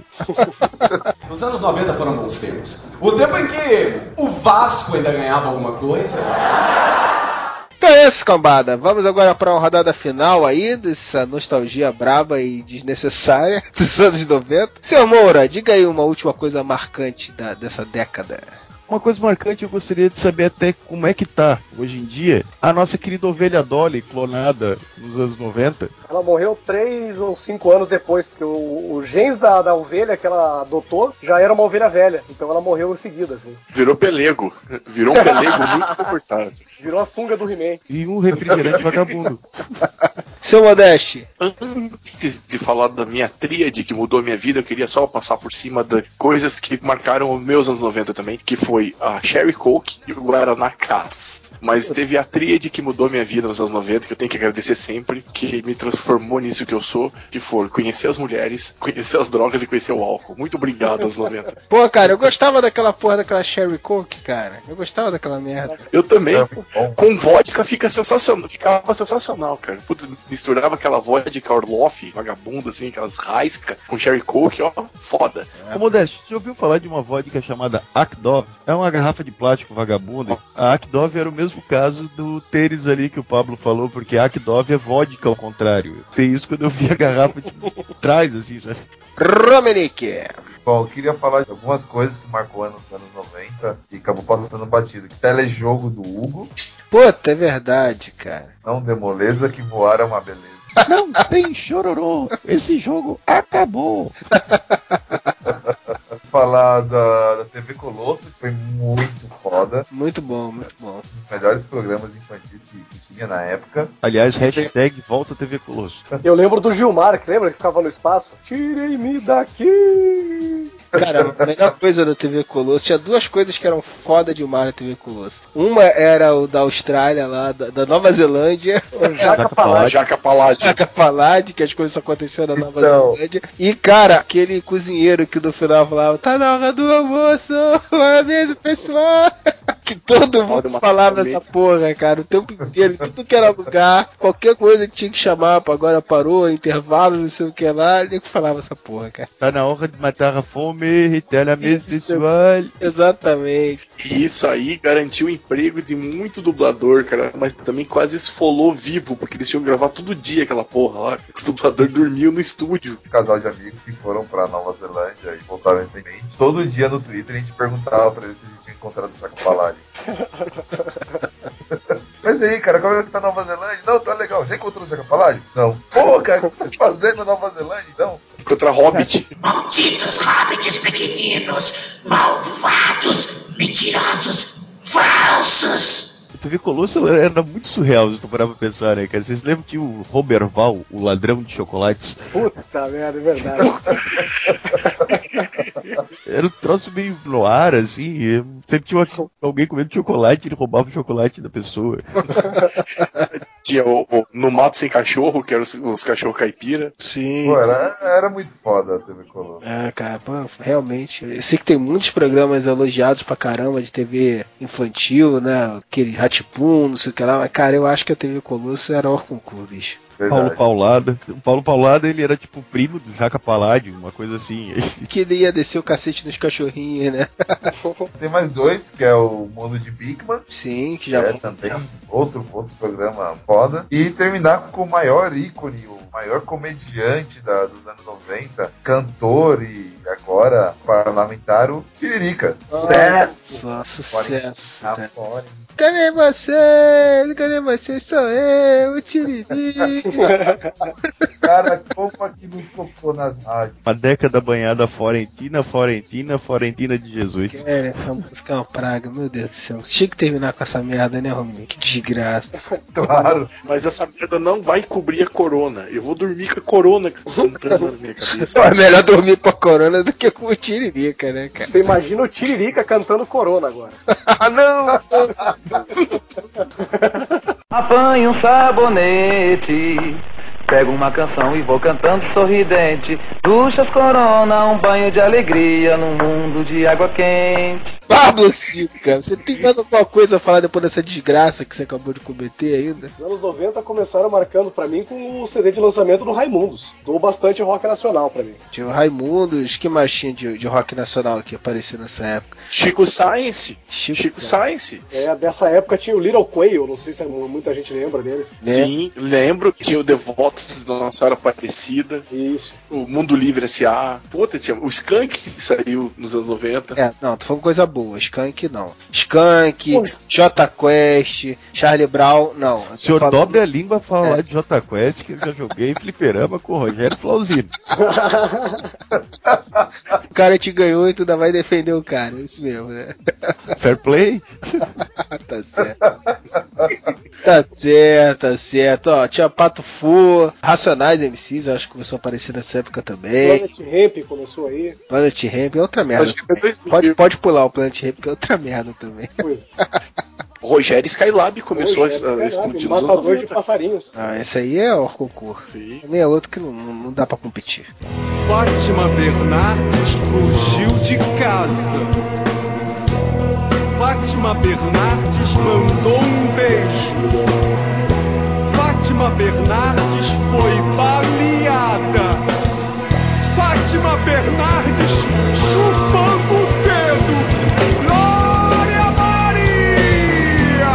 Os anos noventa foram bons tempos. O tempo em que o Vasco ainda ganhava alguma coisa. Então é isso, cambada. Vamos agora para uma rodada final aí dessa nostalgia braba e desnecessária dos anos noventa. Seu Moura, diga aí uma última coisa marcante da, dessa década. Uma coisa marcante, eu gostaria de saber até como é que tá, hoje em dia, a nossa querida ovelha Dolly, clonada nos anos noventa. Ela morreu três ou cinco anos depois, porque o, o genes da, da ovelha que ela adotou já era uma ovelha velha, então ela morreu em seguida, assim. Virou pelego. Virou um pelego muito confortável. Virou a sunga do He-Man. E um refrigerante vagabundo. Seu Modeste. Antes de falar da minha tríade que mudou a minha vida, eu queria só passar por cima de coisas que marcaram os meus anos noventa também, que foi a Cherry Coke e o Guaraná Cas. Mas teve a tríade que mudou a minha vida nos anos noventa, que eu tenho que agradecer sempre, que me transformou nisso que eu sou, que foi conhecer as mulheres, conhecer as drogas e conhecer o álcool. Muito obrigado, anos noventa. Pô, cara, eu gostava daquela porra daquela Cherry Coke, cara. Eu gostava daquela merda. Eu também. Com vodka fica sensacional. Ficava sensacional, cara. Putz, misturava aquela vodka Orloff, vagabunda, assim, aquelas raisca com Cherry Coke, ó, foda. Ô Modeste, você ouviu falar de uma vodka chamada Akdov? É uma garrafa de plástico vagabunda. A Akdov era o mesmo caso do Teres ali que o Pablo falou, porque a Akdov é vodka ao contrário. Tem isso quando eu vi a garrafa de trás, assim, sabe? Romenick. Bom, eu queria falar de algumas coisas que marcou nos anos noventa e acabou passando batido. Telejogo do Hugo. Puta, é verdade, cara. Não dê moleza que voar é uma beleza. Não tem chororô. Esse jogo acabou. falar da, da T V Colosso, que foi muito foda. Muito bom, muito bom. Um dos melhores programas infantis que, que tinha na época. Aliás, hashtag volta T V Colosso. Eu lembro do Gilmar, que lembra que ficava no espaço? Tirem-me daqui! Cara, a melhor coisa da T V Colosso, tinha duas coisas que eram foda demais na T V Colosso. Uma era o da Austrália lá, da, da Nova Zelândia. O Jaca Paládio. Jaca Paládio. Jaca Paládio, que as coisas aconteceram na Nova Então. Zelândia. E, cara, aquele cozinheiro que no final falava, tá na hora do almoço, é mesmo, pessoal? Que todo mundo falava essa porra, cara, o tempo inteiro, em tudo que era lugar, qualquer coisa que tinha que chamar, agora parou, intervalo, não sei o que lá, ele falava essa porra, cara. Tá na hora de matar a fome, tá na mesa pessoal. Exatamente. E isso aí garantiu o emprego de muito dublador, cara, mas também quase esfolou vivo, porque eles tinham que gravar todo dia aquela porra lá. Os dubladores dormiam no estúdio. Um casal de amigos que foram pra Nova Zelândia e voltaram recentemente. Todo dia no Twitter a gente perguntava pra eles se a gente tinha encontrado o Jaca Paládio. Mas aí, cara, como é que tá Nova Zelândia? Não, tá legal. Já encontrou o Jaca Paládio? Não. Pô, cara, o que você tá fazendo na Nova Zelândia, então? Encontrar Hobbit. Malditos hobbits pequeninos, malvados, mentirosos, falsos. A T V Colosso era muito surreal, se tu parar pra pensar, né, cara? Vocês lembram que o Roberval, o ladrão de chocolates? Puta merda, é verdade. Era um troço meio no ar, assim. Sempre tinha uma, alguém comendo chocolate e ele roubava o chocolate da pessoa. Tinha o, o No Mato Sem Cachorro, que eram os, os cachorros caipira. Sim. Pô, era, era muito foda a T V Colosso. É, cara, pô, realmente. Eu sei que tem muitos programas elogiados pra caramba de T V infantil, né? Aquele Ratipum, não sei o que lá, mas, cara, eu acho que a T V Colosso era o concurso, bicho. Verdade. Paulo Paulada. O Paulo Paulada, ele era tipo primo do Jaca Paládio, uma coisa assim. Que ele ia descer o cacete nos cachorrinhos, né? Tem mais dois, que é o Mundo de Bigman. Sim, que já é também outro, outro programa foda. E terminar com o maior ícone, o maior comediante da, dos anos noventa, cantor e agora parlamentar, o Tiririca. Sucesso! Nossa, sucesso! Tá fora. Cadê você? Cadê você? Sou eu, o Tiririca. Cara, como aqui não tocou nas rádios? Uma década banhada Florentina, Florentina, Florentina de Jesus. É, essa música é uma praga, meu Deus do céu. Tinha que terminar com essa merda, né, Rominho? Que desgraça. Claro. Mas essa merda não vai cobrir a corona. Eu vou dormir com a corona cantando na minha cabeça. É melhor dormir com a corona do que com o Tiririca, né, cara? Você imagina o Tiririca cantando corona agora. Ah, não! Apanho um sabonete, pego uma canção e vou cantando sorridente. Duchas corona, um banho de alegria num mundo de água quente. Pablo Cico, cara, você tem mais alguma coisa a falar depois dessa desgraça que você acabou de cometer ainda? Os anos noventa começaram marcando pra mim com o C D de lançamento do Raimundos. Doou bastante rock nacional pra mim. Tinha o Raimundos, que mais tinha de, de rock nacional que apareceu nessa época? Chico Science. Chico, Chico Science. É, dessa época tinha o Little Quail, não sei se muita gente lembra deles. Sim, lembro que tinha o Devotos da Nossa Senhora Aparecida. Isso. O Mundo Livre S A. Puta, tinha o Skank que saiu nos anos noventa. É, não, tô falando coisa boa. Skank não. Skank, J Quest, Charlie Brown, não. O senhor falando... dobre a língua pra falar é. de J Quest, que eu já joguei fliperama com o Rogério Flauzino. O cara te ganhou e tu ainda vai defender o cara, é isso mesmo, né? Fair play? Tá certo. Tá certo, tá certo. Ó, tinha Pato Fu, Racionais M Cs, eu acho que começou a aparecer nessa época também. Planet Ramp começou aí. Planet Ramp é outra merda. Pode, pode pular o Planet Ramp, que é outra merda também. Pois. Rogério Skylab começou Rogério a explodir nos anos Matador de passarinhos. Ah, esse aí é o concurso. Sim. Também é outro que não, não dá pra competir. Fátima Bernardes fugiu de casa. Fátima Bernardes mandou um beijo. Fátima Bernardes foi baleada. Fátima Bernardes chupando o dedo. Glória Maria!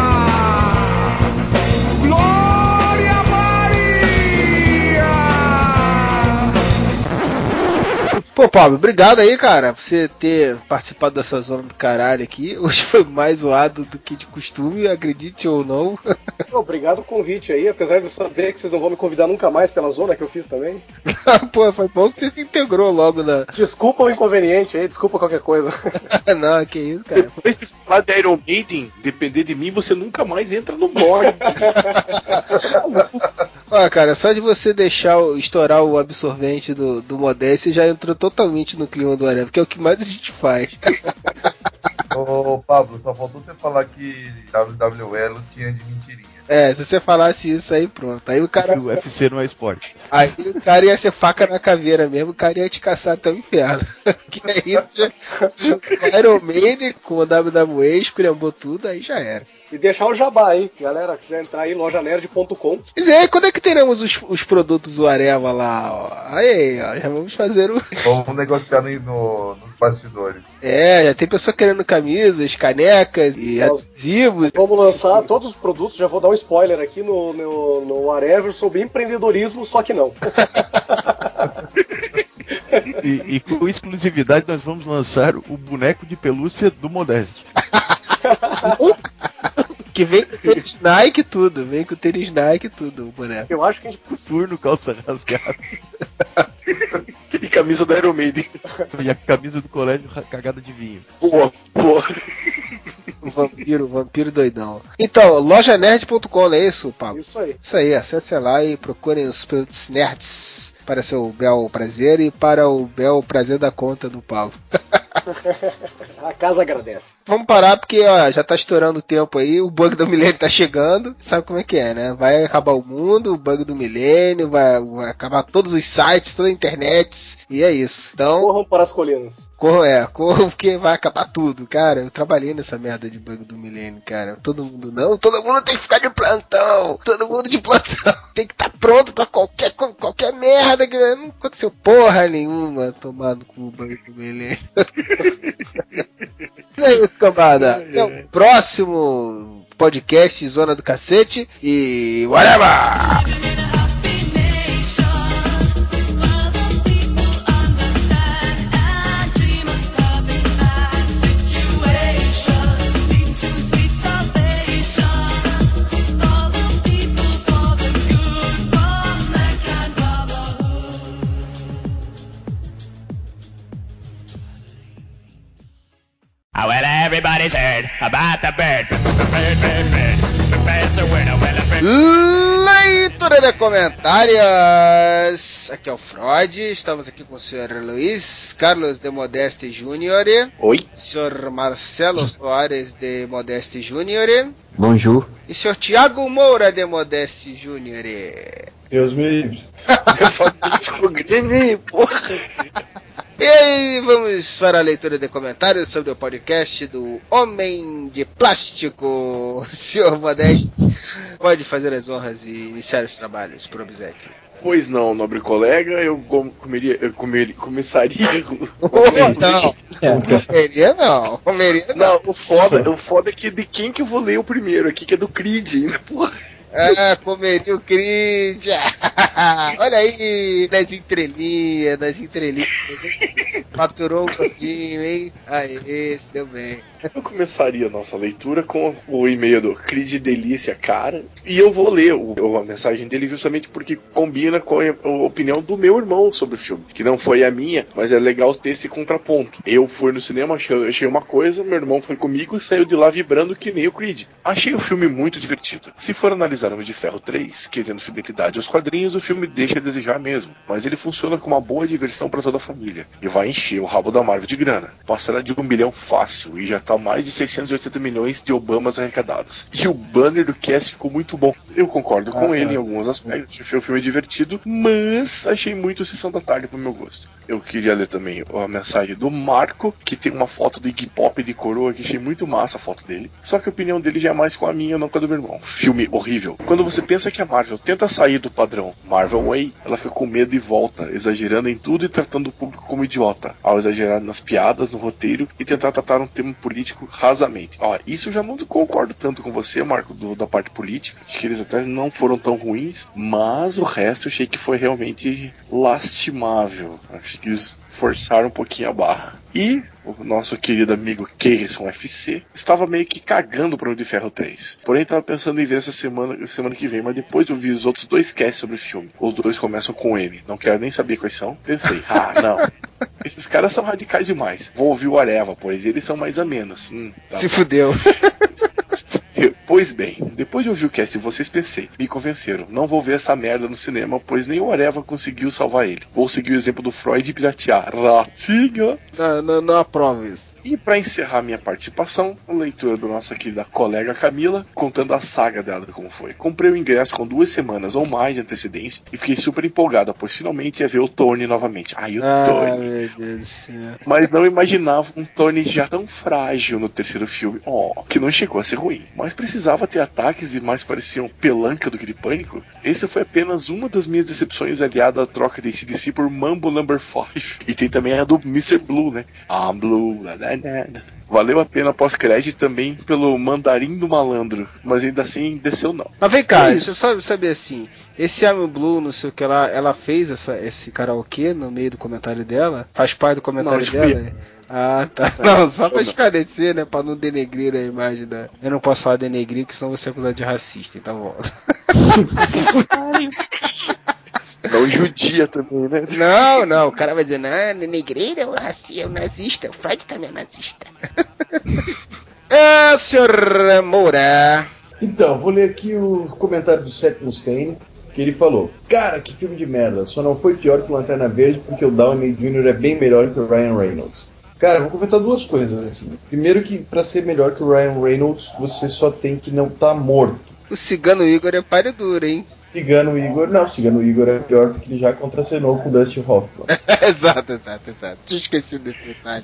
Glória Maria! Pô, Pablo, obrigado aí, cara, por você ter participado dessa zona do caralho aqui. Hoje foi mais zoado do que de costume, acredite ou não. Obrigado o convite aí, apesar de eu saber que vocês não vão me convidar nunca mais pela zona que eu fiz também. Pô, foi bom que você se integrou logo na... Desculpa o inconveniente aí, desculpa qualquer coisa. Não, que isso, cara. Depois de falar de Iron Maiden, depender de mim, você nunca mais entra no blog. Ó, cara, só de você deixar o, estourar o absorvente do, do Modeste, já entrou totalmente no clima do Areva, que é o que mais a gente faz. Ô, Pablo, só faltou você falar que W W E não tinha de mentirinha. É, se você falasse isso aí, pronto. Aí o cara... O U F C não é esporte. Aí o cara ia ser faca na caveira mesmo, o cara ia te caçar até o inferno. Que aí já Iron Maiden com a W W E, esculhambou tudo, aí já era. E deixar o jabá aí, galera, quiser entrar aí, loja nerd ponto com. E aí, quando é que teremos os, os produtos do Areva lá, ó? Aí, ó, já vamos fazer o... Vamos negociar aí no, nos bastidores. É, já tem pessoa querendo camisas, canecas e Nós adesivos. Vamos lançar todos os produtos, já vou dar um spoiler aqui no, no, no Areva sobre empreendedorismo, só que não. E, e com exclusividade nós vamos lançar o boneco de pelúcia do Modeste. Que vem com tênis Nike e tudo, vem com tênis Nike e tudo, o boneco. Eu acho que a gente... Turno, calça rasgada. E camisa da Iron Maiden. E a camisa do colégio cagada de vinho. Boa, boa. O vampiro, o vampiro doidão. Então, loja nerd ponto com, não é isso, Pablo? Isso aí. Isso aí, acesse lá e procurem os produtos nerds para seu bel prazer e para o bel prazer da conta do Pablo. A casa agradece. Vamos parar porque ó, já tá estourando o tempo aí, o bug do milênio tá chegando, sabe como é que é, né? Vai acabar o mundo, o bug do milênio, vai, vai acabar todos os sites, toda a internet, e é isso. Então, corram para as colinas. Corram, é, corram porque vai acabar tudo, cara. Eu trabalhei nessa merda de bug do milênio, cara. Todo mundo não, todo mundo tem que ficar de plantão, todo mundo de plantão, tem que estar tá pronto pra qualquer, qualquer merda, que não aconteceu porra nenhuma tomando com o bug do milênio. É isso, cambada. Até o próximo podcast Zona do Cacete e whatever! Oh, well, everybody's heard about the bird. Bird, bird, bird. The bird's a winner. Well, a bird. Leitura de comentários. Aqui é o Freud. Estamos aqui com o senhor Luiz Carlos de Modeste Júnior. Oi. Senhor Marcelo Soares de Modeste Júnior. Bonjour. E senhor Tiago Moura de Modeste Júnior. Deus me livre. Ficou grande, porra. E aí, vamos para a leitura de comentários sobre o podcast do Homem de Plástico. O senhor Modeste pode fazer as honras e iniciar os trabalhos, por obséquio. Pois não, nobre colega, eu comeria, eu comeria, começaria... Oh, não, comeria não, comeria não. Não, o foda, o foda é que de quem que eu vou ler o primeiro aqui, que é do Creed ainda, porra. Ah, comeria o Creed. Olha aí, nas entrelinhas, nas entrelinhas. Faturou um pouquinho, hein? Aí, se deu bem. Eu começaria a nossa leitura com o e-mail do Creed Delícia, cara. E eu vou ler o, a mensagem dele justamente porque combina com a, a opinião do meu irmão sobre o filme. Que não foi a minha, mas é legal ter esse contraponto. Eu fui no cinema, achei, achei uma coisa, meu irmão foi comigo e saiu de lá vibrando que nem o Creed. Achei o filme muito divertido. Se for analisar Homem de Ferro três, querendo fidelidade aos quadrinhos, o filme deixa a desejar mesmo. Mas ele funciona como uma boa diversão para toda a família. E vai encher o rabo da Marvel de grana. Passará de um milhão fácil e já tá mais de seiscentos e oitenta milhões de Obamas arrecadados. E o banner do cast ficou muito bom. Eu concordo com ah, ele é. em alguns aspectos. Achei o filme divertido, mas achei muito Sessão da Tarde pro meu gosto. Eu queria ler também a mensagem do Marco, que tem uma foto do Iggy Pop de coroa, que achei muito massa a foto dele. Só que a opinião dele já é mais com a minha, não com a do meu irmão. Filme horrível. Quando você pensa que a Marvel tenta sair do padrão Marvel Way, ela fica com medo e volta, exagerando em tudo e tratando o público como idiota, ao exagerar nas piadas, no roteiro e tentar tratar um tema político rasamente. Ó, isso eu já não concordo tanto com você, Marco, do, da parte política. Acho que eles até não foram tão ruins, mas o resto eu achei que foi realmente lastimável. Acho que eles forçar um pouquinho a barra. E o nosso querido amigo Keirson F C estava meio que cagando pro Homem de Ferro três. Porém, estava pensando em ver essa semana, semana que vem, mas depois eu vi os outros dois casts sobre o filme. Os dois começam com M. Não quero nem saber quais são. Pensei, ah, não. Esses caras são radicais demais. Vou ouvir o Areva, pois eles são mais amenos. Hum, tá Se bom. fudeu. Pois bem, depois de ouvir o cast de vocês, pensei, me convenceram, não vou ver essa merda no cinema, pois nem o Areva conseguiu salvar ele. Vou seguir o exemplo do Freud e piratear. Ratinha! Não, não, não aprovo isso. E para encerrar minha participação, a leitura da nossa querida colega Camila, contando a saga dela como foi. Comprei o ingresso com duas semanas ou mais de antecedência e fiquei super empolgada, pois finalmente ia ver o Tony novamente. Ai, o ah, Tony. Meu Deus do céu. Mas não imaginava um Tony já tão frágil no terceiro filme. Oh, que não chegou a ser ruim. Mas precisava ter ataques e mais pareciam pelanca do que de pânico. Esse foi apenas uma das minhas decepções, aliada à troca de A C D C por Mambo Number cinco. E tem também a do mister Blue, né? I'm Blue, la, la, la. Valeu a pena pós-crédito também pelo Mandarim do Malandro, mas ainda assim desceu não. Mas vem cá, é deixa eu só saber assim, esse I'm Blue, não sei o que lá, ela fez essa, esse karaokê no meio do comentário dela? Faz parte do comentário não, dela? Foi... Ah, tá. Não, só pra esclarecer, né, pra não denegrir a imagem da... Eu não posso falar denegrir, porque senão você é acusado de racista, então volta. Não judia também, né? Não, não, o cara vai dizer, não, denegrir é o racista, é o nazista, o Freud também é nazista. É, senhor Moura. Então, vou ler aqui o comentário do Seth Mustaine, que ele falou: cara, que filme de merda, só não foi pior que o Lanterna Verde porque o Downey Júnior é bem melhor que o Ryan Reynolds. Cara, vou comentar duas coisas assim. Primeiro que pra ser melhor que o Ryan Reynolds, você só tem que não estar tá morto. O Cigano Igor é páreo duro, hein? Cigano Igor, não, Cigano Igor é pior porque ele já contracenou com o Dustin Hoffman. Exato, exato, exato. Tinha esquecido desse detalhe.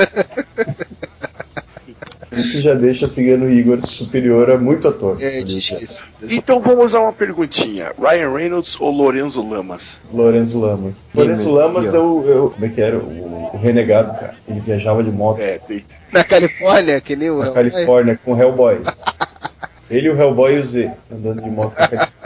Isso já deixa Cigano Igor superior a muito ator. É, esqueci. Então vamos a uma perguntinha. Ryan Reynolds ou Lorenzo Lamas? Lorenzo Lamas. Lorenzo Lamas é o, é o... Como é que era? O, o renegado, cara. Ele viajava de moto. É, tem... Na Califórnia, que nem o Na Hellboy. Califórnia, com o Hellboy. Ele, o Hellboy e o Z, andando de moto.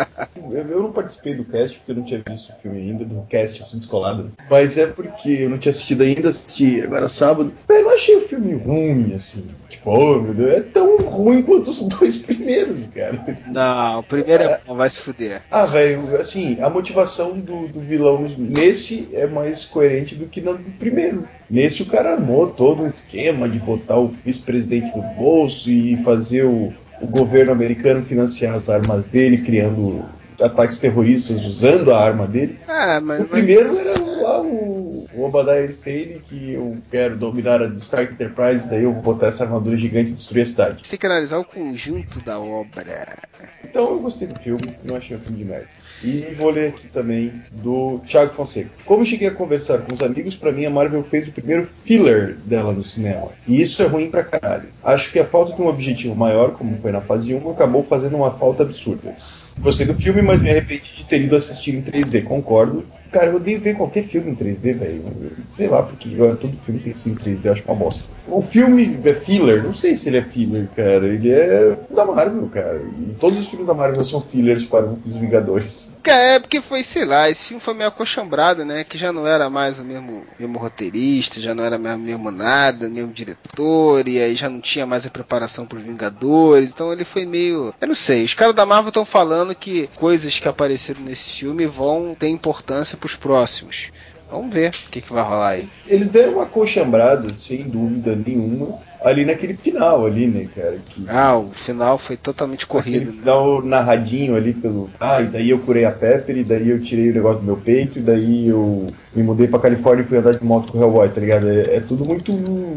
Eu, eu não participei do cast, porque eu não tinha visto o filme ainda, do cast, eu sou descolado. Mas é porque eu não tinha assistido ainda, assisti agora sábado. Eu não achei o filme ruim, assim. Tipo, oh meu Deus, é tão ruim quanto os dois primeiros, cara. Não, o primeiro é bom, vai se fuder. Ah, velho, assim, a motivação do, do vilão nesse é mais coerente do que no primeiro. Nesse o cara armou todo um esquema de botar o vice-presidente no bolso e fazer o... o governo americano financiar as armas dele, criando ataques terroristas usando a arma dele. Ah, mas, o primeiro mas... era lá o, o Obadiah Stane, que eu quero dominar a Stark Enterprise, daí eu vou botar essa armadura gigante e destruir a cidade. Você tem que analisar o conjunto da obra. Então eu gostei do filme, não achei um filme de merda. E vou ler aqui também do Thiago Fonseca. Como eu cheguei a conversar com os amigos, pra mim a Marvel fez o primeiro filler dela no cinema. E isso é ruim pra caralho. Acho que a falta de um objetivo maior, como foi na fase um, acabou fazendo uma falta absurda. Gostei do filme, mas me arrependi de ter ido assistir em três D, concordo. Cara, eu odeio ver qualquer filme em três D, velho. Sei lá, porque agora todo filme tem que ser em três D, eu acho uma bosta. O filme é filler, não sei se ele é filler, cara. Ele é da Marvel, cara. E todos os filmes da Marvel são fillers para os Vingadores. É, porque foi, sei lá, esse filme foi meio acochambrado, né? Que já não era mais o mesmo, mesmo roteirista, já não era mais o mesmo nada, mesmo diretor, e aí já não tinha mais a preparação para os Vingadores. Então ele foi meio... Eu não sei, os caras da Marvel estão falando que coisas que apareceram nesse filme vão ter importância pros próximos. Vamos ver o que, que vai rolar aí. Eles deram uma coxambrada, sem dúvida nenhuma, ali naquele final ali, né, cara? Que... Ah, o final foi totalmente corrido. Aquele final né? narradinho ali pelo... Ah, e daí eu curei a Pepper, e daí eu tirei o negócio do meu peito, e daí eu me mudei pra Califórnia e fui andar de moto com o Hellboy, tá ligado? É, é tudo muito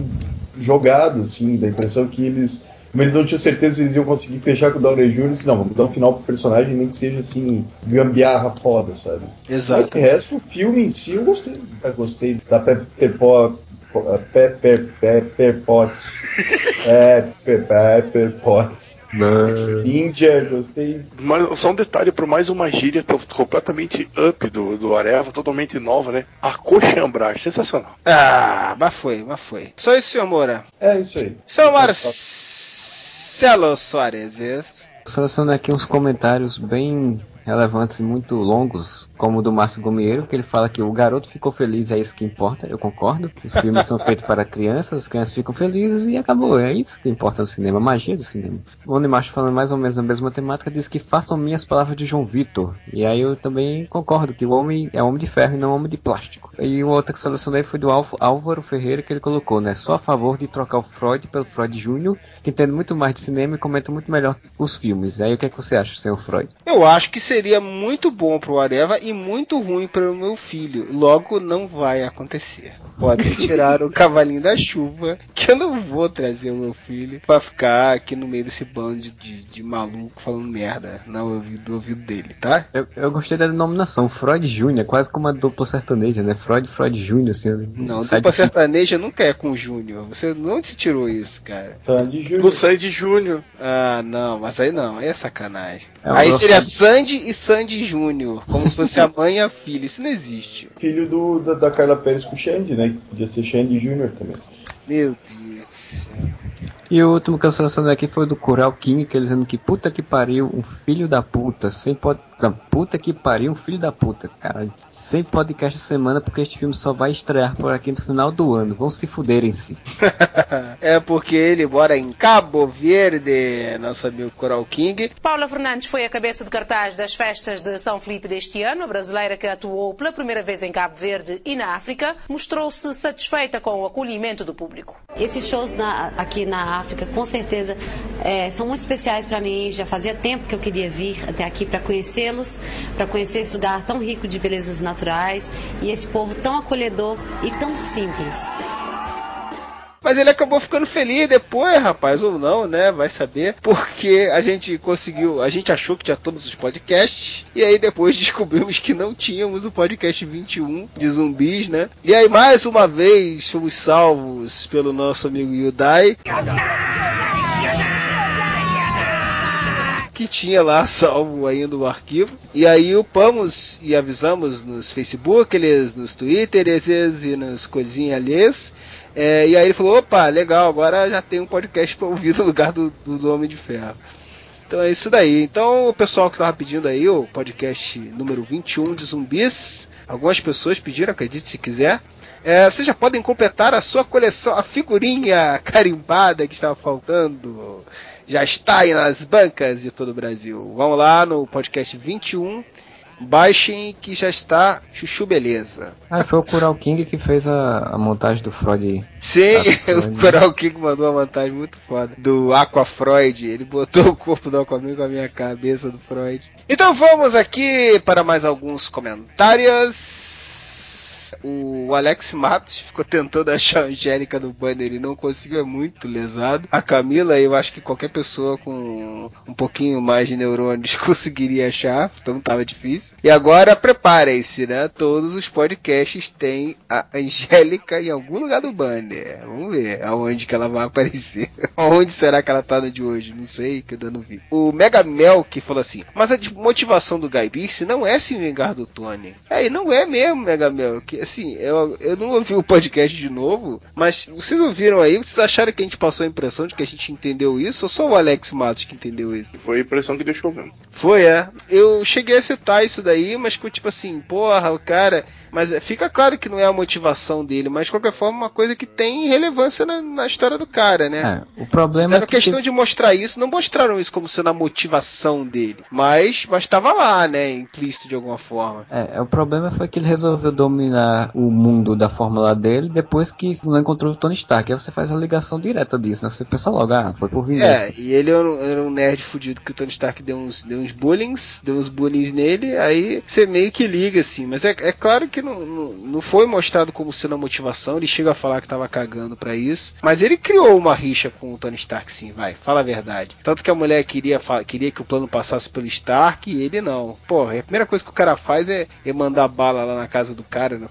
jogado, assim, dá a impressão que eles... Mas eles não tinham certeza se eles iam conseguir fechar com o Downey Júnior Disse, não, vamos dar um final pro personagem, nem que seja assim, gambiarra foda, sabe? Exato. Mas de resto, o filme em si, eu gostei. Eu gostei da Pepper Potts. Pepper, Pepper Potts. É, Pepper Potts. Índia, gostei. Mas só um detalhe, por mais uma gíria completamente up do, do Areva, totalmente nova, né? Acochambrar, sensacional. Ah, mas foi, mas foi. Só isso, senhor Moura? É isso aí. Senhor Marcelo Soares. Selecionando aqui uns comentários bem relevantes e muito longos como o do Márcio Gomieiro, que ele fala que o garoto ficou feliz, é isso que importa, eu concordo. Os filmes são feitos para crianças, as crianças ficam felizes e acabou, é isso que importa no cinema, a magia do cinema. O Onimacho, falando mais ou menos na mesma temática, diz que façam minhas palavras de João Vitor, e aí eu também concordo que o homem é homem de ferro e não homem de plástico. E o outro que selecionei foi do Álvaro Ferreira, que ele colocou, né, só a favor de trocar o Freud pelo Freud Júnior, que entende muito mais de cinema e comenta muito melhor os filmes. Aí o que é que você acha, senhor Freud? Eu acho que seria muito bom pro Areva e muito ruim pro meu filho. Logo, não vai acontecer. Podem tirar o cavalinho da chuva, que eu não vou trazer o meu filho pra ficar aqui no meio desse bando de, de, de maluco falando merda no ouvido, no ouvido dele, tá? Eu, eu gostei da denominação, Freud Júnior, quase como uma dupla sertaneja, né? Freud, Freud Júnior, assim. Não, dupla sertaneja nunca é com Júnior. Você onde se tirou isso, cara? Sandy Júnior. No Sandy Júnior. Ah, não, mas aí não, aí é sacanagem. É aí um seria Sandy e Sandy Júnior, como se fosse a mãe e a filha. Isso não existe. Filho do, da, da Carla Pérez com o Xande, né? Podia ser Xande Júnior também. Meu Deus do céu. E o último cancelação aqui foi do Coral King, que ele dizendo que puta que pariu, um filho da puta, sem pod... Não, puta que pariu, um filho da puta, caralho. Sem podcast semana, porque este filme só vai estrear por aqui no final do ano. Vão se fuderem-se. É porque ele mora em Cabo Verde, nosso amigo Coral King. Paula Fernandes foi a cabeça de cartaz das festas de São Filipe deste ano. A brasileira, que atuou pela primeira vez em Cabo Verde e na África, mostrou-se satisfeita com o acolhimento do público. Esses shows na, aqui na África, com certeza, é, são muito especiais para mim. Já fazia tempo que eu queria vir até aqui para conhecê-los, para conhecer esse lugar tão rico de belezas naturais e esse povo tão acolhedor e tão simples. Mas ele acabou ficando feliz depois, rapaz, ou não, né? Vai saber. Porque a gente conseguiu, a gente achou que tinha todos os podcasts, e aí depois descobrimos que não tínhamos o podcast vinte e um de zumbis, né? E aí mais uma vez fomos salvos pelo nosso amigo Yudai, que tinha lá salvo ainda o arquivo. E aí upamos e avisamos nos Facebook, eles nos Twitters e nas coisinhas alheias. É, e aí ele falou, opa, legal, agora já tem um podcast para ouvir no lugar do, do, do Homem de Ferro. Então é isso daí. Então o pessoal que tava pedindo aí o podcast número vinte e um de zumbis, algumas pessoas pediram, acredite se quiser. É, vocês já podem completar a sua coleção, a figurinha carimbada que estava faltando. Já está aí nas bancas de todo o Brasil. Vamos lá no podcast vinte e um. Baixem que já está chuchu beleza. Ah, foi o Coral King que fez a, a montagem do Freud. Sim, o Coral King mandou uma montagem muito foda do Aqua Freud. Ele botou o corpo do Aquaman com a minha cabeça do Freud. Então vamos aqui para mais alguns comentários. O Alex Matos ficou tentando achar a Angélica no banner e não conseguiu, é muito lesado. A Camila, eu acho que qualquer pessoa com um pouquinho mais de neurônios conseguiria achar, então tava difícil. E agora preparem-se, né? Todos os podcasts têm a Angélica em algum lugar do banner. Vamos ver aonde que ela vai aparecer. Onde será que ela tá no de hoje? Não sei, que eu ainda não vi. O Mega Mel que falou assim, mas a motivação do Guy Pearce não é se vingar do Tony. É, e não é mesmo, Mega Mel, que assim, eu, eu não ouvi o podcast de novo, mas vocês ouviram aí, vocês acharam que a gente passou a impressão de que a gente entendeu isso, ou só o Alex Matos que entendeu isso? Foi a impressão que deixou mesmo. Foi, é. Eu cheguei a citar isso daí, mas ficou tipo assim, porra, o cara... Mas fica claro que não é a motivação dele, mas de qualquer forma uma coisa que tem relevância na, na história do cara, né? É, o problema Fizeram é que... questão de mostrar isso, não mostraram isso como sendo a motivação dele, mas mas estava lá, né, implícito de alguma forma. É, o problema foi que ele resolveu dominar o mundo da fórmula dele depois que não encontrou o Tony Stark. Aí você faz a ligação direta disso, né? Você pensa logo, ah, foi por vingança. É, e ele era um, era um nerd fudido que o Tony Stark deu uns, deu uns bullying, deu uns bullying nele, aí você meio que liga, assim, mas é, é claro que não, não, não foi mostrado como sendo a motivação, ele chega a falar que tava cagando pra isso, mas ele criou uma rixa com o Tony Stark, sim, vai, fala a verdade. Tanto que a mulher queria, queria que o plano passasse pelo Stark e ele não. Porra, a primeira coisa que o cara faz é, é mandar bala lá na casa do cara, né?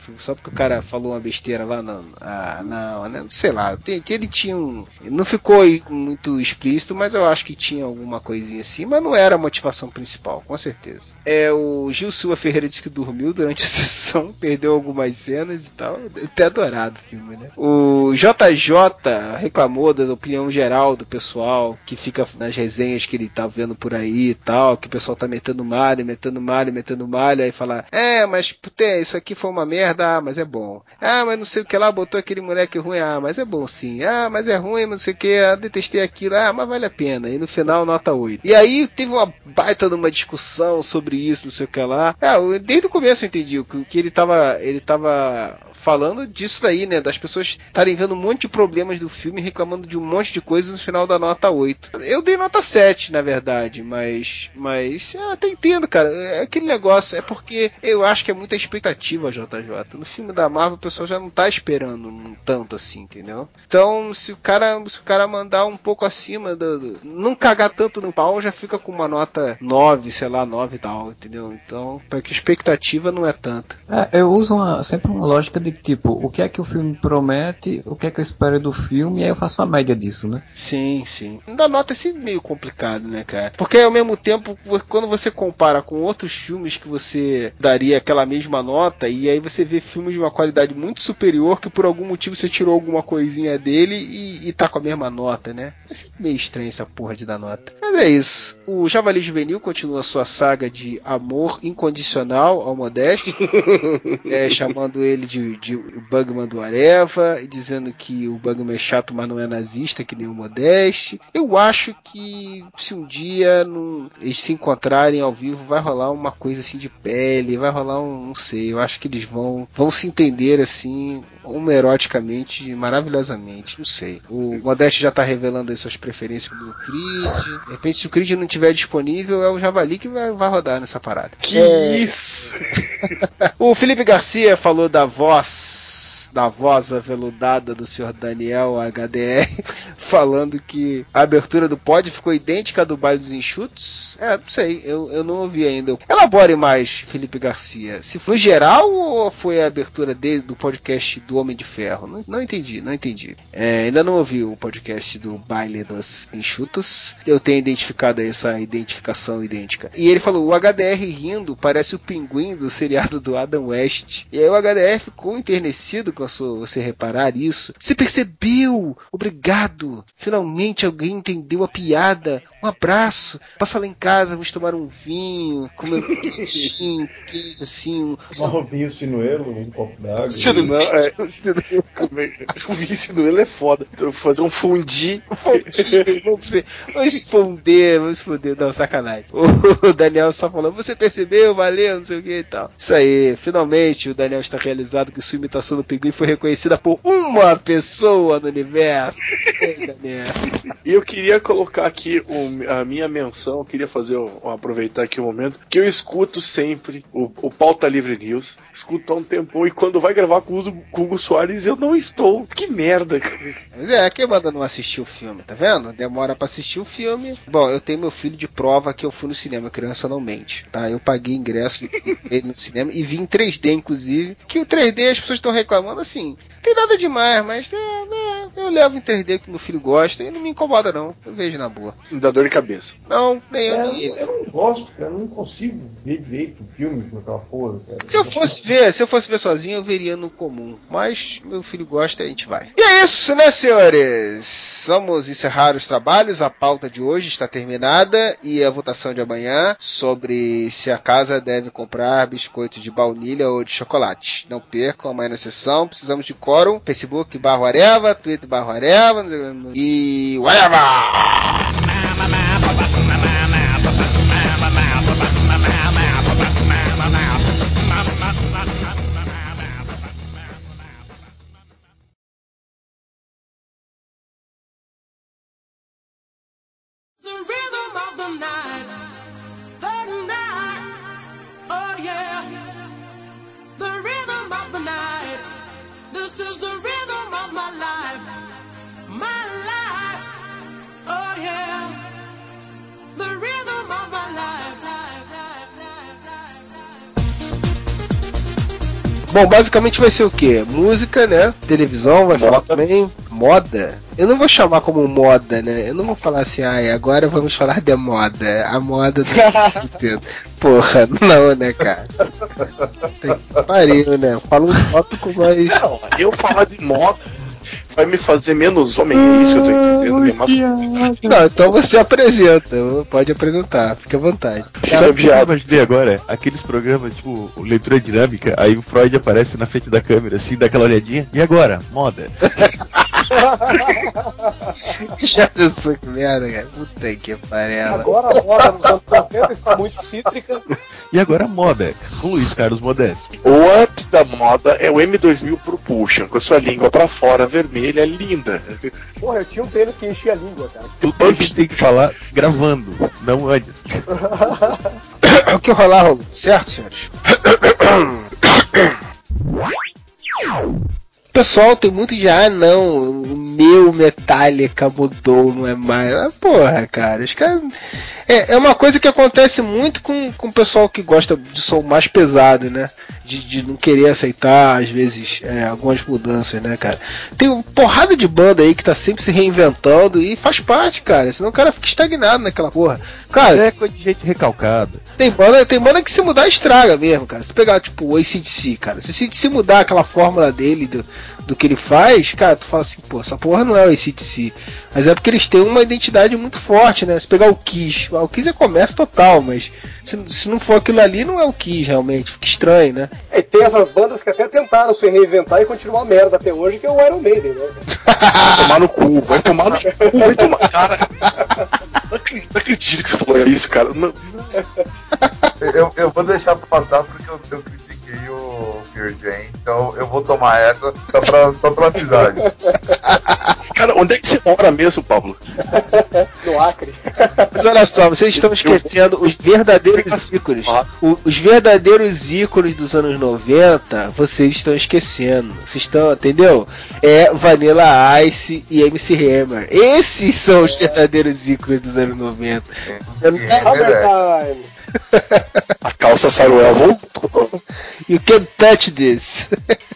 Só porque o cara falou uma besteira lá, não. Ah, não, né? Sei lá. Tem, ele tinha um. Não ficou muito explícito, mas eu acho que tinha alguma coisinha assim, mas não era a motivação principal, com certeza. É, o Gil Silva Ferreira disse que dormiu durante a sessão, perdeu algumas cenas e tal. Deve ter adorado o filme, né? O J J reclamou da opinião geral do pessoal que fica nas resenhas que ele tá vendo por aí e tal, que o pessoal tá metendo malha, metendo malha, metendo malha, aí falar, é, mas puta, isso aqui foi uma merda, ah, mas é bom. Ah, mas não sei o que lá, botou aquele moleque ruim, ah, mas é bom sim. Ah, mas é ruim, mas não sei o que, ah, detestei aquilo, ah, mas vale a pena. E no final, nota oito. E aí teve uma baita de uma discussão sobre isso, não sei o que lá. Ah, desde o começo eu entendi que, que ele tava, ele tava falando disso daí, né, das pessoas estarem vendo um monte de problemas do filme, reclamando de um monte de coisas no final da nota oito. Eu dei nota sete, na verdade, mas, mas, eu até entendo, cara, é aquele negócio, é porque eu acho que é muita expectativa, J J. No filme da Marvel, o pessoal já não tá esperando um tanto assim, entendeu? Então, se o cara, se o cara mandar um pouco acima, do, do, não cagar tanto no pau, já fica com uma nota nove, sei lá, nove e tal, entendeu? Então, para que a expectativa não é tanta. É, eu uso uma, sempre uma lógica de tipo, o que é que o filme promete, o que é que eu espero do filme, e aí eu faço uma média disso, né? Sim, sim. Da nota é sempre meio complicado, né, cara? Porque ao mesmo tempo, quando você compara com outros filmes que você daria aquela mesma nota, e aí você vê filmes de uma qualidade muito superior, que por algum motivo você tirou alguma coisinha dele e, e tá com a mesma nota, né? É sempre meio estranho essa porra de dar nota. Mas é isso. O Javali Juvenil continua sua saga de amor incondicional ao Modesto, é, chamando ele de de o Bugman do Areva, e dizendo que o Bugman é chato, mas não é nazista, que nem o Modeste. Eu acho que se um dia não, eles se encontrarem ao vivo, vai rolar uma coisa assim de pele, vai rolar um, não sei, eu acho que eles vão, vão se entender assim, homoeroticamente, maravilhosamente, não sei. O Modeste já tá revelando aí suas preferências do Creed. De repente, se o Creed não tiver disponível, é o Javali que vai, vai rodar nessa parada. Que é... isso! O Felipe Garcia falou da voz da voz aveludada do senhor Daniel H D R, falando que a abertura do pod ficou idêntica à do Baile dos Enxutos. É, não sei, eu, eu não ouvi ainda. Elabore mais, Felipe Garcia. Se foi geral ou foi a abertura de, do podcast do Homem de Ferro? Não, não entendi, não entendi. É, ainda não ouvi o podcast do Baile dos Enxutos. Eu tenho identificado essa identificação idêntica. E ele falou, o H D R rindo parece o pinguim do seriado do Adam West. E aí o H D R ficou enternecido com você reparar isso. Você percebeu? Obrigado. Finalmente alguém entendeu a piada. Um abraço. Passa lá em casa, vamos tomar um vinho, comer um queijinho, queijo assim. Um, um vinho sinuelo, um copo d'água. Sinuelo, é. O vinho sinuelo é foda. Então, fazer um fundi. Vamos responder, vamos responder. Não, sacanagem. O Daniel só falou, você percebeu? Valeu, não sei o que e tal. Isso aí. Finalmente o Daniel está realizado que sua imitação do pinguim foi reconhecida por uma pessoa no universo. E eu queria colocar aqui um, a minha menção, eu queria fazer, um, aproveitar aqui o um momento, que eu escuto sempre o, o Pauta Livre News, escuto há um tempão, e quando vai gravar com o, com o Hugo Soares, eu não estou. Que merda, cara. Mas é, quem manda não assistir o filme, tá vendo? Demora pra assistir o filme. Bom, eu tenho meu filho de prova que eu fui no cinema, criança não mente, tá? Eu paguei ingresso no cinema e vi em três D, inclusive, que o três D as pessoas estão reclamando assim, não tem nada demais, mas é, é, eu levo em três D que meu filho gosta e não me incomoda não, eu vejo na boa. Me dá dor de cabeça. Não, nem é, eu, nem eu. Eu não gosto, cara, eu não consigo ver direito o filme com aquela porra, cara. Se eu fosse ver, se eu fosse ver sozinho, eu veria no comum, mas meu filho gosta e a gente vai. E é isso, né, senhores? Vamos encerrar os trabalhos, a pauta de hoje está terminada e a votação de amanhã sobre se a casa deve comprar biscoitos de baunilha ou de chocolate. Não percam amanhã na sessão, precisamos de quórum, Facebook barra Areva, Twitter barra Areva e Areva! This is the rhythm of my life, my life, oh yeah, the rhythm of my life, life, life, life, life, life. Bom, basicamente vai ser o quê? Música, né? Televisão, vai falar também. Moda? Eu não vou chamar como moda, né? Eu não vou falar assim, ai, agora vamos falar de moda. A moda do Nintendo. Porra, não, né, cara? Tem que pariu, né? Fala um tópico mais. Não, eu falar de moda vai me fazer menos homem, é isso que eu tô entendendo. Mas... Não, então você apresenta, pode apresentar, fique à vontade. Sabe o que eu imaginei agora? Aqueles programas, tipo, leitura dinâmica, aí o Freud aparece na frente da câmera, assim, dá aquela olhadinha, e agora? Moda. Já pensou que merda, cara? Puta que pariu. Agora a moda nos anos noventa está muito cítrica. E agora a moda, com Luiz Carlos Modesto. O ápice da moda é o M dois mil Propulsion, com a sua língua pra fora, vermelha, linda. Porra, eu tinha um tênis que enchia a língua, cara. Tudo a gente tem que falar gravando, não antes. O que rolar, Raul? Certo, senhores? Pessoal, tem muito de, ah não, o meu Metallica mudou, não é mais. Ah, porra, cara, os caras. É, é uma coisa que acontece muito com, com o pessoal que gosta de som mais pesado, né? De, de não querer aceitar, às vezes, é, algumas mudanças, né, cara? Tem uma porrada de banda aí que tá sempre se reinventando e faz parte, cara. Senão o cara fica estagnado naquela porra. Cara, é coisa de gente recalcada. Tem banda, tem banda que se mudar estraga mesmo, cara. Se tu pegar, tipo, o A C D C, cara. Se se, se mudar aquela fórmula dele, do, do que ele faz, cara, tu fala assim, pô, essa porra não é o A C D C. Mas é porque eles têm uma identidade muito forte, né? Se pegar o Kiss, o Kiss é comércio total, mas se, se não for aquilo ali, não é o Kiss realmente. Fica estranho, né? É, tem essas bandas que até tentaram se reinventar e continuar uma merda até hoje, que é o Iron Maiden, né? Vai tomar no cu, vai tomar no cu, vai tomar. Cara, não acredito, não acredito que você falou isso, cara. Não, não. Eu, eu vou deixar passar porque eu, eu critiquei o Fear Jane, então eu vou tomar essa só pra, só pra amizade. Cara, onde é que você mora mesmo, Pablo? No Acre. Mas olha só, vocês estão esquecendo os verdadeiros ícones. O, os verdadeiros ícones dos anos noventa, vocês estão esquecendo. Vocês estão, entendeu? É Vanilla Ice e M C Hammer. Esses são os verdadeiros ícones dos anos noventa. Summertime. A calça Saruel voltou. You can't touch this.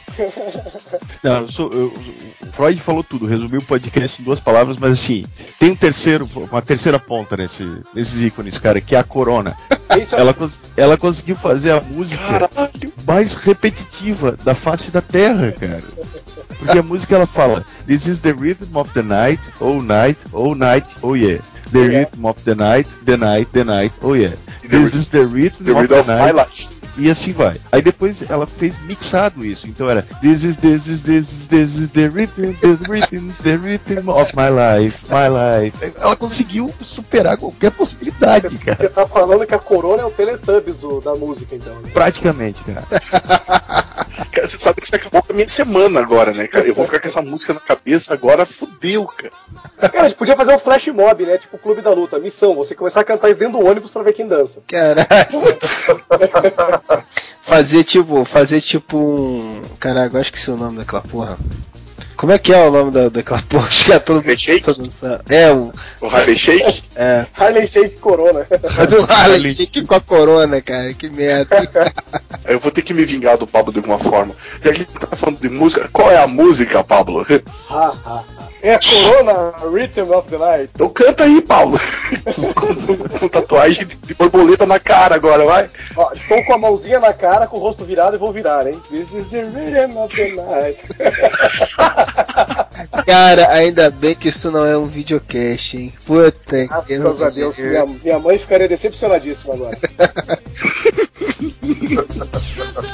Não, eu sou, eu, o Freud falou tudo, resumiu o podcast em duas palavras, mas assim, tem um terceiro, uma terceira ponta nesse, nesses ícones, cara, que é a Corona. Ela, ela conseguiu fazer a música Caralho. mais repetitiva da face da Terra, cara. Porque a música ela fala: This is the rhythm of the night, oh night, oh night, oh yeah. The rhythm of the night, the night, the night, oh yeah. This is the rhythm the of rhythm the of night. my life. E assim vai. Aí depois ela fez mixado isso. Então era This is, this is, this is, this is the rhythm, the rhythm, the rhythm of my life, my life. Ela conseguiu superar qualquer possibilidade, cara. Você tá falando que a Corona é o Teletubbies do, da música, então. Né? Praticamente, cara. Cara, você sabe que você acabou com a minha semana agora, né, cara? Eu vou ficar com essa música na cabeça agora, fudeu, cara. Cara, a gente podia fazer um flash mob, né? Tipo o Clube da Luta. Missão, você começar a cantar isso dentro do ônibus pra ver quem dança. Caralho. Fazer tipo, fazer tipo um. Caraca, eu acho que é o nome daquela porra. Como é que é o nome da, daquela porra? Acho que é todo mundo dançar. É o. O Harley Shake? É. Harley Shake Corona. Fazer o Harley Shake com a Corona, cara, que merda. Eu vou ter que me vingar do Pablo de alguma forma. Já que ele tá falando de música, qual é a música, Pablo? Ha, ha. É a Corona Rhythm of the Night. Então canta aí, Paulo. com, com tatuagem de, de borboleta na cara agora, vai. Ó, estou com a mãozinha na cara, com o rosto virado e vou virar, hein? This is the rhythm of the night. Cara, ainda bem que isso não é um videocast, hein? Puta que Graças a Deus, minha, minha mãe ficaria decepcionadíssima agora.